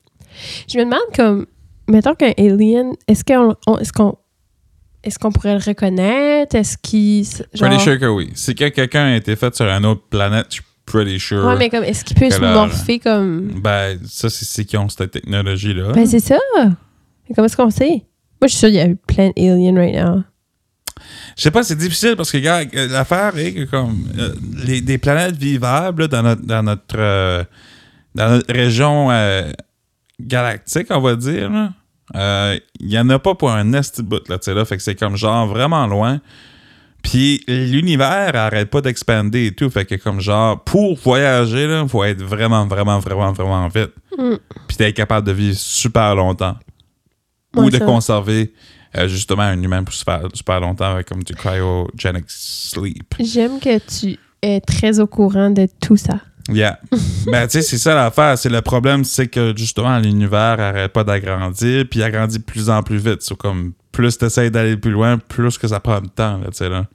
Je me demande comme, mettons qu'un alien, est-ce qu'on, on- est-ce qu'on, est-ce qu'on pourrait le reconnaître? Est-ce qu'il, genre, Pretty sure que oui. Si que quelqu'un a été fait sur une autre planète, je suis pretty sure. ouais, mais comme, est-ce qu'il peut que se leur- morpher comme, Ben, ça, c'est ceux qui ont cette technologie-là. ben c'est ça. Mais comment est-ce qu'on sait? Moi, je suis sûre qu'il y a eu plein d'aliens right now. Je sais pas, c'est difficile parce que, gars, euh, l'affaire est que, comme, euh, les, des planètes vivables là, dans notre, dans notre, euh, dans notre région euh, galactique, on va dire, là, euh, il y en a pas pour un esti de bout, là, tu sais, là. Fait que c'est comme, genre, vraiment loin. Puis l'univers arrête pas d'expander et tout. Fait que, comme, genre, pour voyager, là, faut être vraiment, vraiment, vraiment, vraiment vite. Mm. Puis t'es capable de vivre super longtemps. Ouais, Ou de ça. conserver euh, justement un humain pour super, super longtemps avec comme du cryogenic sleep. J'aime que tu es très au courant de tout ça. Yeah. Ben, tu sais, c'est ça l'affaire. C'est le problème, c'est que justement, l'univers arrête pas d'agrandir, puis il agrandit de plus en plus vite. C'est comme, plus tu essaies d'aller plus loin, plus que ça prend de temps, là, tu sais, là.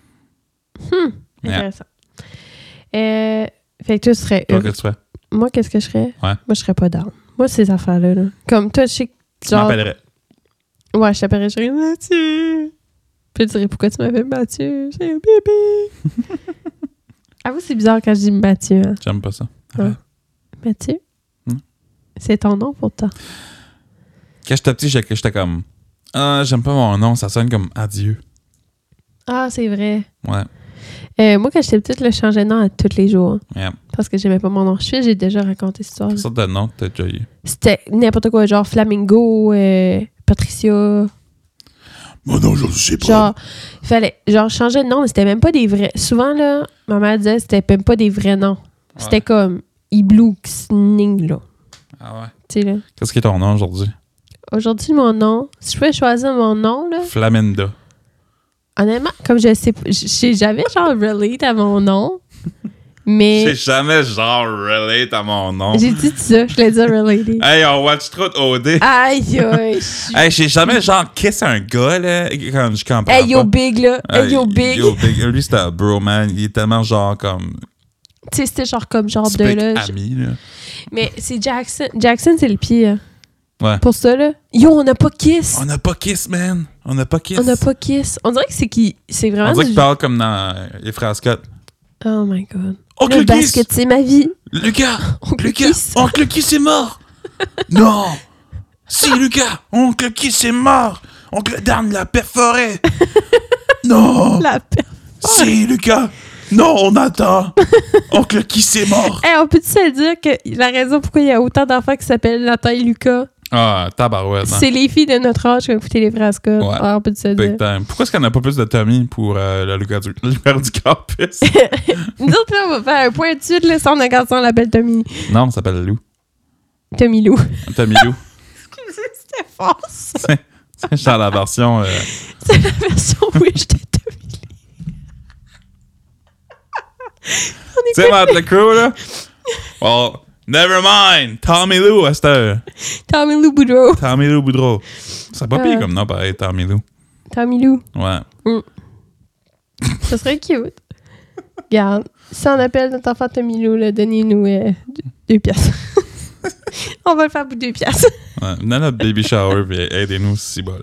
Hmm. Yeah. Intéressant. Euh, fait que toi, tu serais Toi, heureux. qu'est-ce que tu fais? Moi, qu'est-ce que je serais? Ouais. Moi, je serais pas down. Moi, ces affaires-là, là. Comme toi, je sais que Tu genre... m'appellerais. Ouais, je t'appellerais, je dirais Mathieu. Puis tu dirais pourquoi tu m'appelles Mathieu? J'ai un bébé. Avoue, c'est bizarre quand je dis Mathieu. Hein. J'aime pas ça. Ouais. Mathieu? Hmm. C'est ton nom pourtant. Quand j'étais petit, j'étais j'étais comme, ah, j'aime pas mon nom, ça sonne comme adieu. Ah, c'est vrai. Ouais. Euh, moi, quand j'étais petite, là, je changeais de nom à tous les jours. Yeah. Parce que j'aimais pas mon nom. Je suis, j'ai déjà raconté cette histoire. Quelle sorte de nom t'as déjà eu? C'était n'importe quoi, genre Flamingo, euh, Patricia. Mon nom, je sais pas. Genre, il fallait, genre, changer de nom, mais c'était même pas des vrais. Souvent, là, ma mère disait c'était même pas des vrais noms. C'était Ouais. comme Ibluxning, là. Ah ouais. Tu sais, là. Qu'est-ce qui est ton nom aujourd'hui? Aujourd'hui, mon nom, si je pouvais choisir mon nom, là, Flaminda. honnêtement, comme je sais, je sais jamais, genre, relate à mon nom, mais J'ai jamais genre relate à mon nom. j'ai dit ça, je voulais dire related. Hey, on watch trop de O D. Aïe, aïe, je suis- Hey, j'ai jamais genre kiss un gars, là. Comme, je comprends Hey, yo, pas. big, là. Hey, yo, big. Yo, big. Lui, c'était un bro, man. Il est tellement genre comme... Tu sais, c'était genre comme genre de typique là. je- ami, là. Mais c'est Jackson. Jackson, c'est le pire. Ouais. Pour ça, là. Yo, on n'a pas kiss! On n'a pas kiss, man! On n'a pas kiss! On n'a pas kiss. On dirait que c'est qui. C'est vraiment. On dirait qu'il du... parle comme dans euh, les Frères Scott. Oh my god. Oncle Le Kiss! basket, c'est ma vie. Lucas! Oncle Lucas! Kiss. Oncle Kiss est mort! Non! Si, Lucas! Oncle Kiss est mort! Oncle Dan l'a perforé! Non! La paix. Si, Lucas! Non, on attend! Oncle Kiss est mort! Hey, on peut-tu se dire que la raison pourquoi il y a autant d'enfants qui s'appellent Nathan et Lucas, Ah, tabarouette. Hein? c'est les filles de notre âge qui ont écouté les Frères Scott. Ouais. Ah, on peut se Big dire. time. Pourquoi est-ce qu'on n'a pas plus de Tommy pour euh, le Lucas du, le Lucas du campus? Nous autres, là, on va faire un point de suite, là, si on a garde ça, on l'appelle Tommy. Non, on s'appelle Lou. Tommy Lou. Tommy Lou. Excusez, c'était fort, ça. C'est c'est dans la version... Euh... C'est la version Wish de Tommy Lee. On Tu sais, Matt le crew, là? Well, never mind. Tommy Lou, à cette heure. Tommy Lou Boudreau. Tommy Lou Boudreau. C'est pas pire Euh. comme nom, pareil, Tommy Lou. Tommy Lou. Ouais. Ça serait cute. Regarde, si on appelle notre enfant Tommy Lou, là, donnez-nous euh, deux, deux piastres. On va le faire pour deux piastres. Ouais. Venez à notre baby shower et aidez-nous si bol.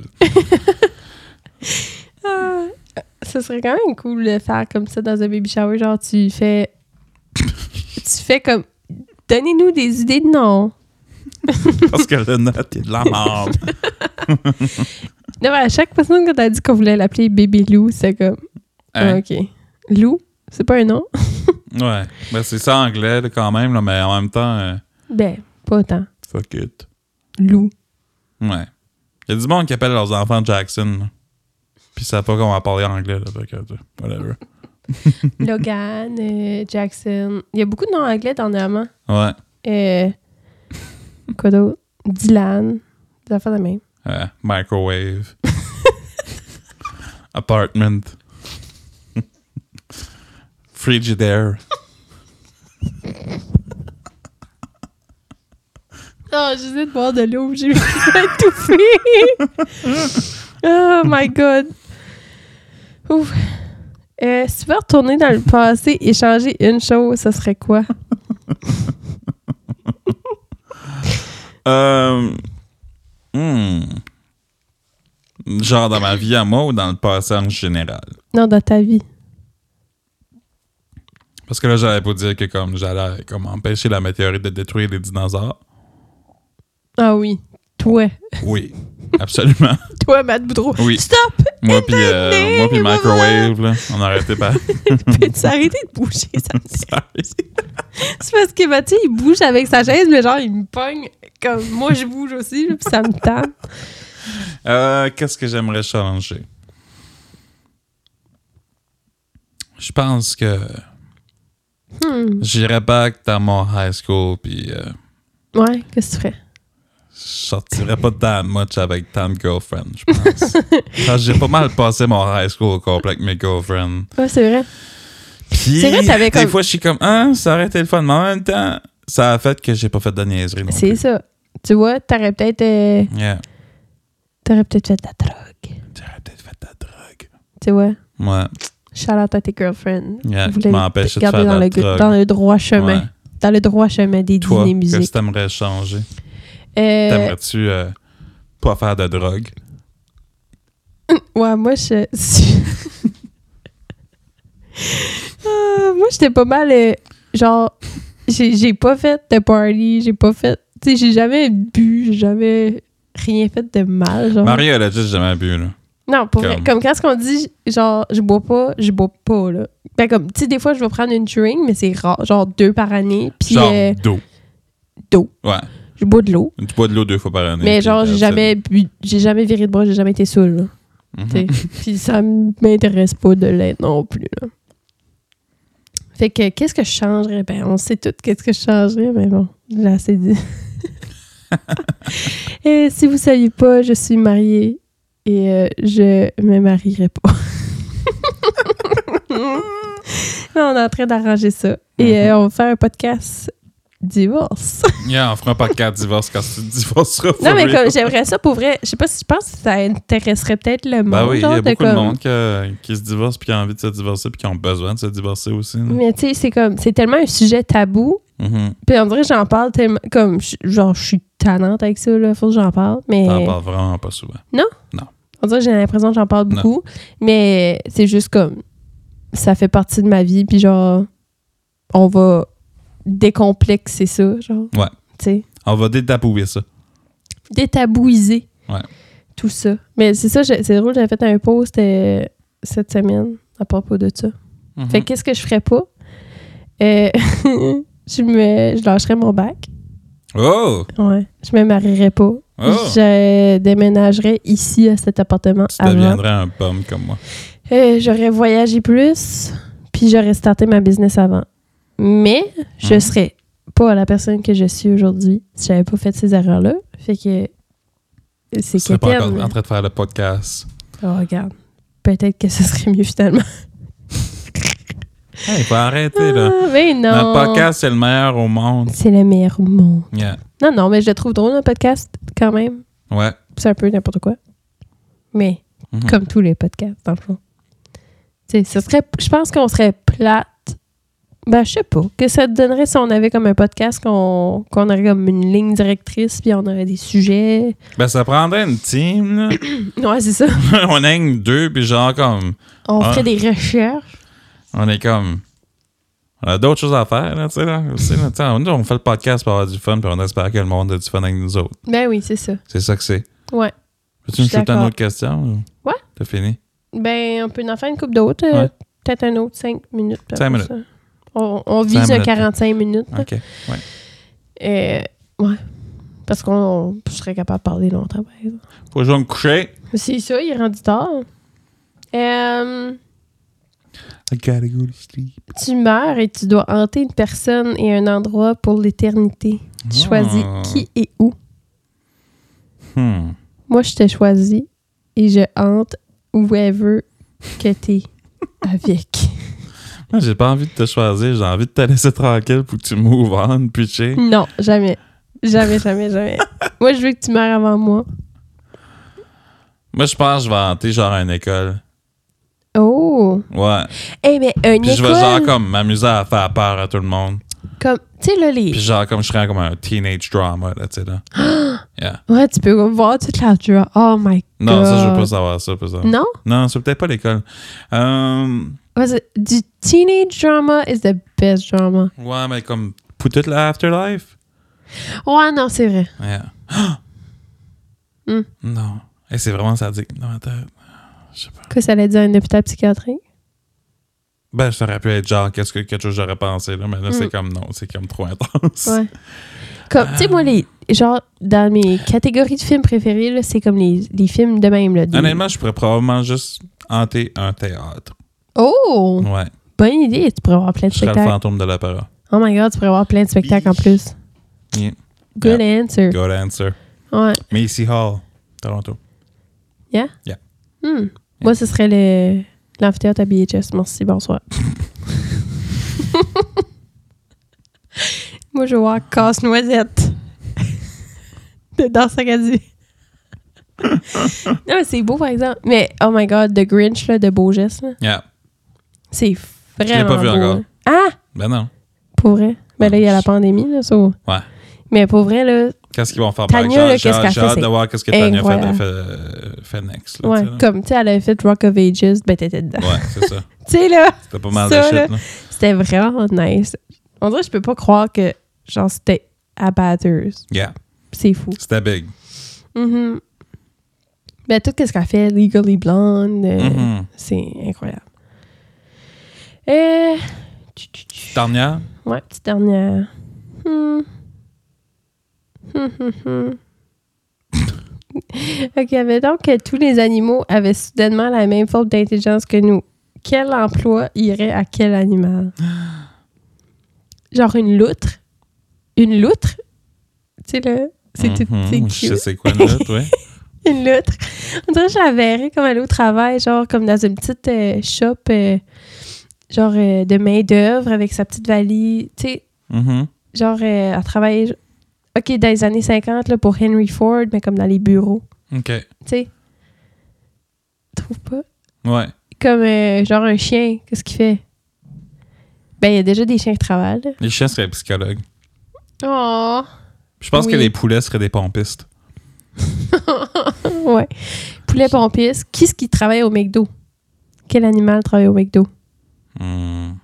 Ah, ça serait quand même cool de faire comme ça dans un baby shower. Genre, tu fais. Tu fais comme. Donnez-nous des idées de noms. Parce que le note est de la merde. Non, mais à chaque personne que t'as dit qu'on voulait l'appeler Baby Lou, c'est comme. Hein? Ah, ok. Lou, c'est pas un nom? Ouais. Ben, c'est ça anglais, là, quand même, là, mais en même temps, euh, Ben, pas autant. fuck it. Lou. Ouais. Il y a du monde qui appelle leurs enfants Jackson, là. Puis ça savent pas comment parler anglais, là. Fait que, whatever. Logan, euh, Jackson. Il y a beaucoup de noms anglais dernièrement. Ouais. Euh, quoi d'autre? Dylan. Des affaires de même. Euh, microwave. Apartment. Frigidaire. Oh, j'essaie de boire de l'eau. J'ai étouffé. Oh my God. Ouf. Euh, si tu veux retourner dans le passé et changer une chose, ça serait quoi? euh, hmm. Genre dans ma vie à moi ou dans le passé en général? Non, dans ta vie. Parce que là, j'allais pas dire que comme j'allais comme empêcher la météorite de détruire les dinosaures. Ah oui. Toi. Oui, absolument. Toi, Matt Boudreau. Oui. Stop! Moi puis euh, moi puis Microwave, là, on a arrêté par... Peux-tu arrêter de bouger? Ça me C'est parce que Mathieu, il bouge avec sa chaise, mais genre, il me pogne comme moi, je bouge aussi, puis ça me tape. Euh, qu'est-ce que j'aimerais changer? Je pense que Hmm. j'irais back dans mon high school puis euh, Ouais, qu'est-ce que tu ferais? je sortirais pas tant much avec tant de girlfriends, je pense. Parce que j'ai pas mal passé mon high school au complet avec mes girlfriends. Ouais, c'est vrai. Puis, C'est vrai, t'avais des comme- fois, je suis comme, ah, ça aurait été le fun, mais en même temps, ça a fait que j'ai pas fait de niaiserie non C'est plus. ça. Tu vois, t'aurais peut-être euh, Yeah. t'aurais peut-être fait de la drogue. J'aurais peut-être fait de la drogue. Tu vois? Ouais. Shout out à tes girlfriends. Yeah, Vous qui l'avez m'empêche de gardé faire de dans, la le, drogue. dans le droit chemin. Ouais. Dans le droit chemin des Toi, dîners qu'est-ce que musiques. t'aimerais changer? Euh, T'aimerais-tu euh, pas faire de drogue? ouais, moi, je suis... Ah, moi, j'étais pas mal... euh, genre, j'ai, j'ai pas fait de party, j'ai pas fait... Tu sais, j'ai jamais bu, j'ai jamais rien fait de mal, genre. Marie, elle a juste jamais bu, là. Non, pour vrai. Comme- Comme quand on dit, genre, je bois pas, je bois pas, là. Ben, comme, tu sais, des fois, je vais prendre une drink, mais c'est rare. Genre, deux par année. Puis, Genre euh, d'eau. d'eau. Ouais. Je bois de l'eau. Tu bois de l'eau deux fois par année. Mais puis genre, j'ai that's jamais bu, j'ai jamais viré de bras, j'ai jamais été saoul, là. it. T'sais. Mhm. Puis ça m'intéresse pas de l'être non plus, là. Fait que, qu'est-ce que je changerais? Ben, on sait tout qu'est-ce que je changerais, mais bon, j'ai assez dit. Et si vous saviez pas, je suis mariée et euh, je me marierai pas. Là, on est en train d'arranger ça. Et euh, on va faire un podcast divorce. Yeah, on fera un podcast divorce quand tu divorceras. Non, for mais real. comme j'aimerais ça pour vrai. Je sais pas si je pense que ça intéresserait peut-être le monde. Ben oui, il y genre, a de beaucoup comme... de monde que- qui se divorce puis qui a envie de se divorcer puis qui ont besoin de se divorcer aussi. là. Mais tu sais, c'est comme, c'est tellement un sujet tabou Mm-hmm. Puis on dirait que j'en parle tellement... Comme, genre, je suis tannante avec ça, là. Faut que j'en parle, mais... T'en parles vraiment pas souvent. Non? Non. On dirait que j'ai l'impression que j'en parle beaucoup. Non. Mais c'est juste comme... Ça fait partie de ma vie, puis genre... On va décomplexer ça, genre. Ouais. Tu sais. On va détabouer ça. Détabouiser. Ouais. Tout ça. Mais c'est ça, c'est drôle, j'avais fait un post euh, cette semaine à propos de ça. Mm-hmm. Fait que qu'est-ce que je ferais pas? Euh, je me je lâcherais mon bac. Oh! Ouais. Je me marierais pas. Oh! Je déménagerais ici à cet appartement. Tu avant. Deviendrais un pomme comme moi. Euh, j'aurais voyagé plus, puis j'aurais starté ma business avant. Mais je mm-hmm. serais pas la personne que je suis aujourd'hui si j'avais pas fait ces erreurs-là. Fait que c'est tu serais pas encore en train de faire le podcast. Oh, regarde. Peut-être que ce serait mieux finalement. Hey, faut arrêter, là. Ah, mais non. Le podcast, c'est le meilleur au monde. C'est le meilleur au monde. Yeah. Non, non, mais je le trouve drôle, un podcast, quand même. Ouais. C'est un peu n'importe quoi. Mais, mm-hmm. comme tous les podcasts, dans le fond. Tu sais, ce serait... Je pense qu'on serait plate. Ben, je sais pas. Que ça te donnerait si on avait comme un podcast qu'on, qu'on aurait comme une ligne directrice puis on aurait des sujets. Ben, ça prendrait une team, là. Ouais, c'est ça. On a une deux, puis genre comme... On ah, ferait des recherches. On est comme... On a d'autres choses à faire, là, tu sais, là. Aussi, là t'sais, on, on fait le podcast pour avoir du fun, puis on espère que le monde a du fun avec nous autres. Ben oui, c'est ça. C'est ça que c'est. Ouais. Peux-tu me shooter une autre question? Ou? Ouais. T'as fini? Ben, on peut en faire une couple d'autres. Ouais. Euh, peut-être un autre cinq minutes. cinq minutes. Ça. On, on vise un quarante-cinq minutes. OK, ouais. Euh, ouais. Parce qu'on je serais capable de parler longtemps, par exemple. Faut que je vais me coucher. C'est ça, il est rendu tard. Euh, I gotta go to sleep. Tu meurs et tu dois hanter une personne et un endroit pour l'éternité. Tu oh. choisis qui et où. Hmm. Moi, je t'ai choisi et je hante whoever que t'es avec. Moi, j'ai pas envie de te choisir. J'ai envie de te laisser tranquille pour que tu move on, pitcher. Non, jamais. Jamais, jamais, jamais. Moi, je veux que tu meurs avant moi. Moi, je pense que je vais hanter genre à une école. Oh! Ouais. Eh, hey, mais une Puis école... je vais genre comme m'amuser à faire peur à tout le monde. Comme, tu sais, là, les... Puis genre comme je serais comme un teenage drama, là, tu sais, là. Yeah. Ouais, tu peux voir toute la drama. Oh my God. Non, ça, je veux pas savoir ça, par exemple. Non? Non, c'est peut-être pas l'école. Um... Was it, du teenage drama is the best drama. Ouais, mais comme pour toute la afterlife. Ouais, non, c'est vrai. Yeah. mm. Non. Hey, c'est vraiment sadique dans ma tête. Je sais pas. Que ça allait dire un hôpital psychiatrique? Ben, ça aurait pu être genre qu'est-ce que, quelque chose que j'aurais pensé, là, mais là, mm. c'est comme non, c'est comme trop intense. Ouais. Comme, tu sais, moi, les, genre, dans mes catégories de films préférés, là, c'est comme les, les films de même. Là, des... Honnêtement, je pourrais probablement juste hanter un théâtre. Oh! Ouais. Bonne idée, tu pourrais avoir plein de je spectacles. Je serais le fantôme de l'opéra. Oh my God, tu pourrais avoir plein de spectacles en plus. Yeah. Good yeah. answer. Good answer. Ouais. Macy Hall, Toronto. Yeah? Yeah. Hmm. yeah. Moi, ce serait le, l'amphithéâtre à B H S. Merci, bonsoir. Moi, je vais voir Casse-Noisette de Danse Acadie. Non, mais c'est beau, par exemple. Mais, oh my God, The Grinch, là, de Beaugès, là. Yeah. C'est vraiment Je l'ai pas vu beau, encore. Là. Ah! Ben non. Pour vrai? Ben là, il y a la pandémie, là, ça. So. Ouais. Mais pour vrai, là... Qu'est-ce qu'ils vont faire? Tania, là, j'ai, qu'est-ce qu'elle j'ai fait, hâte de voir qu'est-ce que Tania fait, fait, fait next. Là, ouais, là. comme, tu sais, elle avait fait Rock of Ages, ben t'étais dedans. Ouais, c'est ça. Tu sais, là... C'était pas mal ça, de shit, là, là. C'était vraiment nice. On dirait que je peux pas croire que, genre, c'était à Bathurst. Yeah. C'est fou. C'était big. Mm-hmm. Ben, tout ce qu'elle fait, Legally Blonde, euh, mm-hmm. c'est incroyable. Euh... Dernière? Ouais, petite dernière. Hmm. Ok, mettons que tous les animaux avaient soudainement la même forme d'intelligence que nous. Quel emploi irait à quel animal? Genre une loutre? Une loutre? Tu sais, là, c'est mm-hmm. tout petit cute. Je sais c'est quoi une loutre, oui. Une loutre. On dirait que je la verrais comme aller au travail, genre comme dans une petite euh, shop, euh, genre euh, de main-d'œuvre avec sa petite valise. Tu sais, mm-hmm. genre euh, à travailler, OK, dans les années cinquante, là, pour Henry Ford, mais comme dans les bureaux. OK. Tu sais? Trouve pas? Ouais. Comme euh, genre un chien, qu'est-ce qu'il fait? Ben, il y a déjà des chiens qui travaillent. Là. Les chiens seraient psychologues. Oh! Je pense Oui. que les poulets seraient des pompistes. Ouais. Poulet pompiste. Qui est-ce qui travaille au McDo? Quel animal travaille au McDo? Hmm.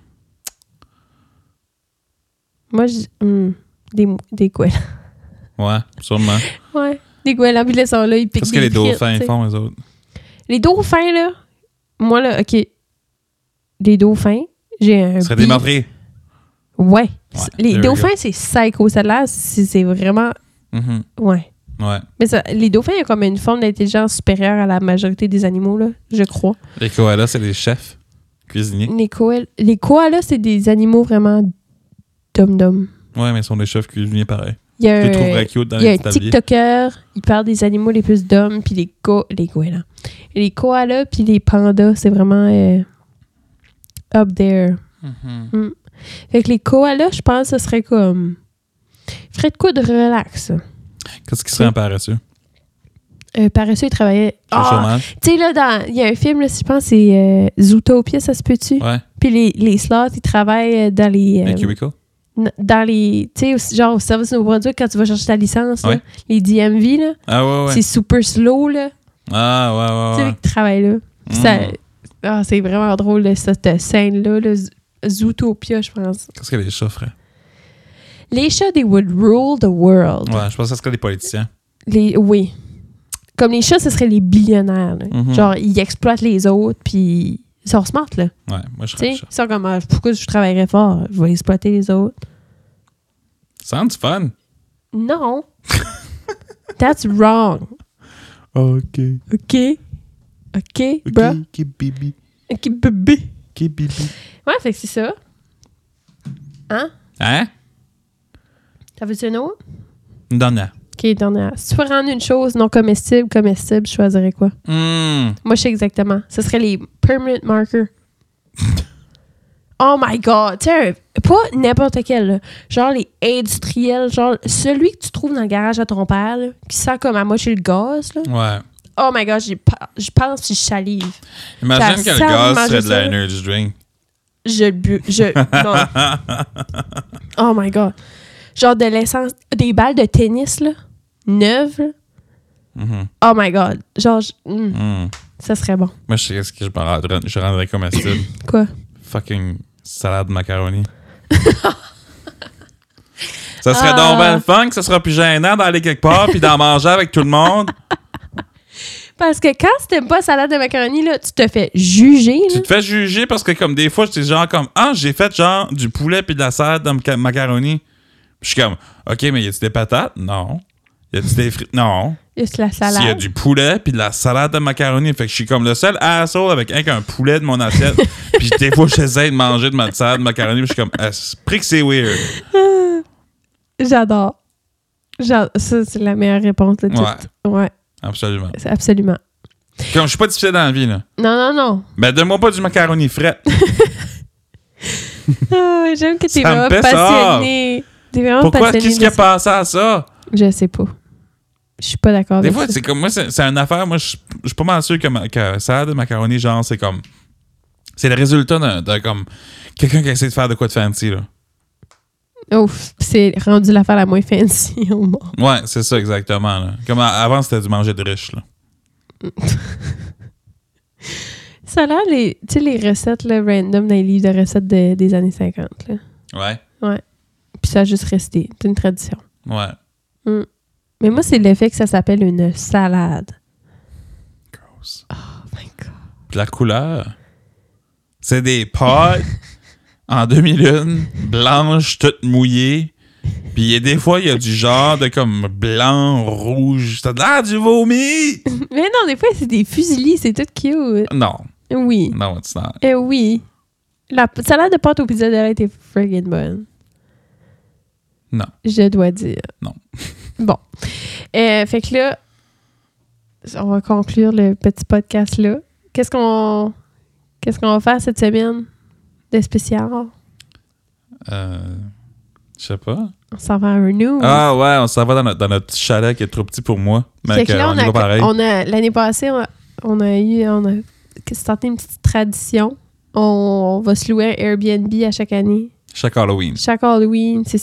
Moi, je... hmm, des, des goélands. Ouais, sûrement. Ouais. Des goélands, puis là, ils sont là, ils piquent Qu'est-ce des que les frites, dauphins t'sais. font, eux autres? Les dauphins, là... Moi, là, OK. Les dauphins, j'ai un... Ce seraient des beef. meurtriers. Ouais. Ouais, Les there we dauphins, go. c'est psycho. Ça a l'air, c'est c'est vraiment... Mhm. Ouais. Ouais. Mais ça, les dauphins, il y a comme une forme d'intelligence supérieure à la majorité des animaux, là, je crois. Les koalas, c'est des chefs cuisiniers. Les, koal- les koalas, c'est des animaux vraiment dum-dum. Ouais, mais ils sont des chefs cuisiniers pareil. Il y a Je les un, trouverais cute dans il y a les un petits tabliers. TikToker, il parle des animaux les plus dumb, puis les ko les goélands. Les koalas puis les pandas, c'est vraiment euh, up there. Mhm. Mm. Fait que les koalas, je pense que ce serait comme... ferait de quoi de relax. Qu'est-ce qui serait un paresseux? Euh, paresseux, il travaillait... C'est le Ah! chômage? Tu sais, là, dans- il y a un film, là, je pense que c'est euh, Zootopia, ça se peut-tu? Ouais. Puis les, les sloths, ils travaillent euh, dans les... Les euh, cubicles? n- dans les... Tu sais, au- genre au service nouveau produit, quand tu vas chercher ta licence, là, Ouais. les D M V, là, Ah ouais, ouais. c'est super slow, là. Ah ouais, ouais, Tu sais, ouais. qui travaillent là. Puis Mm. ça... Ah, c'est vraiment drôle, là, cette scène-là, là, Z- Zootopia, je pense. Qu'est-ce que les chats feraient? Les chats, they would rule the world. Ouais, je pense que ce serait des politiciens. Les, oui. Comme les chats, ce serait les billionnaires. Là. Mhm. Genre, ils exploitent les autres, puis ils sont smart, là. Ouais, moi je Tu serais sais, le chat. ils sont comme, ah, pourquoi je travaillerais fort? Je vais exploiter les autres. Sounds fun. Non. That's wrong. Ok. OK? OK, bro? Ok, bibi. OK, bébé. Ok, bibi. Ouais, fait que c'est ça. Hein? Hein? T'as vu une autre? Une dernière. OK, dernière. Si tu peux rendre une chose non comestible, comestible, je choisirais quoi? Hum. Moi, je sais exactement. Ce serait les permanent markers. Oh my God! Tu sais, un- pas n'importe quel, là. Genre les industriels, genre celui que tu trouves dans le garage à ton père, là, qui sent comme à moitié le gaz, là. Ouais. Oh my God, j'y pa- je pense puis je salive. Imagine que le Ça sent gaz manger serait de la ça. energy drink. Je le bu. Je. Non. Oh my God. Genre de l'essence. Des balles de tennis, là. Neuves, là. Mhm. Oh my God. Genre, je- mm, Hum. ça serait bon. Moi, je sais ce que je, me rendrais, je rendrais comestible. Quoi? Fucking salade macaroni. Ça serait Ah. donc ben le fun, que ça sera plus gênant d'aller quelque part puis d'en manger avec tout le monde. Parce que quand t'aimes pas salade de macaroni, là, tu te fais juger, là. Tu te fais juger parce que comme des fois, c'est genre comme ah, j'ai fait genre du poulet puis de la salade de maca- macaroni. Puis je suis comme OK, mais y a-tu des patates? Non. Y a-tu des frites? Non. Juste la salade. S'il y a du poulet puis de la salade de macaroni, fait que je suis comme le seul asshole avec un, qu'un poulet de mon assiette. Puis des fois, j'essaie de manger de ma salade de macaroni, puis je suis comme esprit que c'est weird. J'adore. J'adore. Ça, c'est la meilleure réponse de toutes. Ouais, Absolument. c'est absolument. Comme je suis pas difficile dans la vie, là. Non, non, non. Ben, donne-moi pas du macaroni frais. Ah, j'aime que t'es Ça me vraiment pisse passionné. T'es vraiment Pourquoi? passionné. Qu'est-ce de qui a ça. passé à ça? Je sais pas. Je suis pas d'accord Des avec fois, ça. c'est comme moi, c'est, c'est une affaire. Moi, je je suis pas mal sûr que, ma, que salade de macaroni, genre, c'est comme. C'est le résultat d'un, d'un comme. Quelqu'un qui essaie de faire de quoi de fancy, là. Ouf, c'est rendu l'affaire la moins fancy au monde. Ouais, c'est ça, exactement, là. Comme à- avant, c'était du manger de riche, là. Ça a l'air, les, tu sais, les recettes là, random dans les livres de recettes de- des années cinquante. Là. Ouais. Ouais. Puis ça a juste resté. C'est une tradition. Ouais. Mm. Mais moi, c'est l'effet que ça s'appelle une salade. Gross. Oh my God. Puis la couleur, c'est des pâtes en demi-lune, blanches, toutes mouillées. Puis il y a des fois, il y a du genre de comme blanc, rouge. Ça a l'air du vomi! Mais non, des fois, c'est des fusilis. C'est tout cute. Non. Oui. Non, it's not. Eh oui. La p- salade de pâte au pizza de là était friggin' bonne. Non. Je dois dire. Non. Bon. Euh, fait que là, on va conclure le petit podcast-là. Qu'est-ce qu'on qu'est-ce qu'on va faire cette semaine de spécial? Euh, je sais pas. On s'en va à un news. Ah ouais, on s'en va dans notre, dans notre petit chalet qui est trop petit pour moi. Mais Fait que que là, on on y a, va pareil. on a l'année passée, on a, on a eu on a starté une petite tradition. On, on va se louer un Airbnb à chaque année. Chaque Halloween. Chaque Halloween, c'est ça.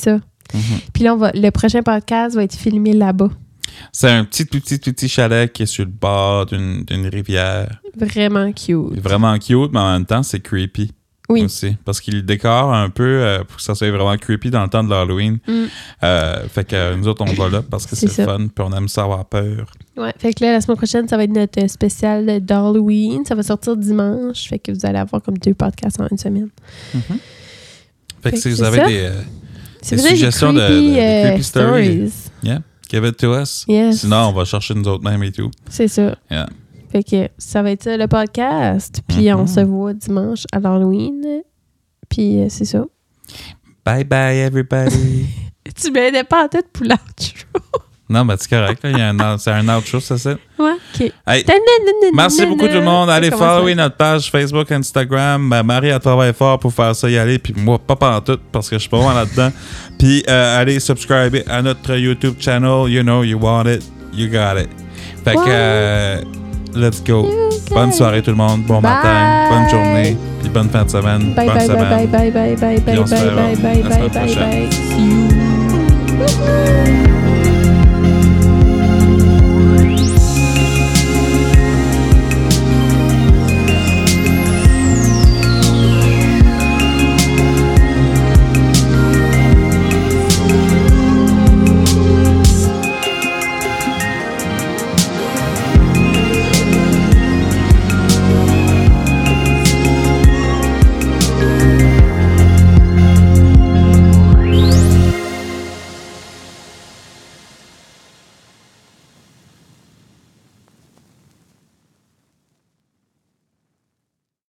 Mm-hmm. Puis là, on va, le prochain podcast va être filmé là-bas. C'est un petit, petit, petit, petit chalet qui est sur le bord d'une, d'une rivière. Vraiment cute. Vraiment cute, mais en même temps, c'est creepy. Oui. Aussi, parce qu'il décore un peu euh, pour que ça soit vraiment creepy dans le temps de l'Halloween. Mm. Euh, fait que euh, nous autres, on va là parce que c'est, C'est le ça. fun, puis on aime ça avoir peur. Ouais, fait que là, la semaine prochaine, ça va être notre spécial d'Halloween. Ça va sortir dimanche. Fait que vous allez avoir comme deux podcasts en une semaine. Mm-hmm. Fait, Fait que que si vous c'est avez ça. des, euh, Si des vous avez suggestions des de, creepy, de, de euh, creepy stories, stories. yeah, give it to us. Yes. Sinon, on va chercher nous autres mêmes et tout. C'est ça. Yeah. Fait que ça va être ça, le podcast. Puis Mm-hmm. on se voit dimanche à l'Halloween. Puis euh, c'est ça. Bye bye, everybody. Tu m'aidais pas en tête pour l'outro. Non, mais c'est correct. Là. Il y a un, c'est un outro, ça, c'est. Ouais, OK. Hey, merci beaucoup tout le monde. Allez follower notre page Facebook, Instagram. Ben, Marie a travaillé fort pour faire ça y aller. Puis moi, pas pantoute parce que je suis pas vraiment là-dedans. Puis euh, allez subscriber à notre YouTube channel. You know, you want it, you got it. Fait que, euh, let's go. Bonne soirée tout le monde. Bon Bye. matin, bonne journée. Puis bonne fin de semaine. Bye, bonne bye, semaine. bye, bye, bye, bye, bye, Puis on se bye, verra bye, bye, la bye, semaine bye, prochaine. bye. See you.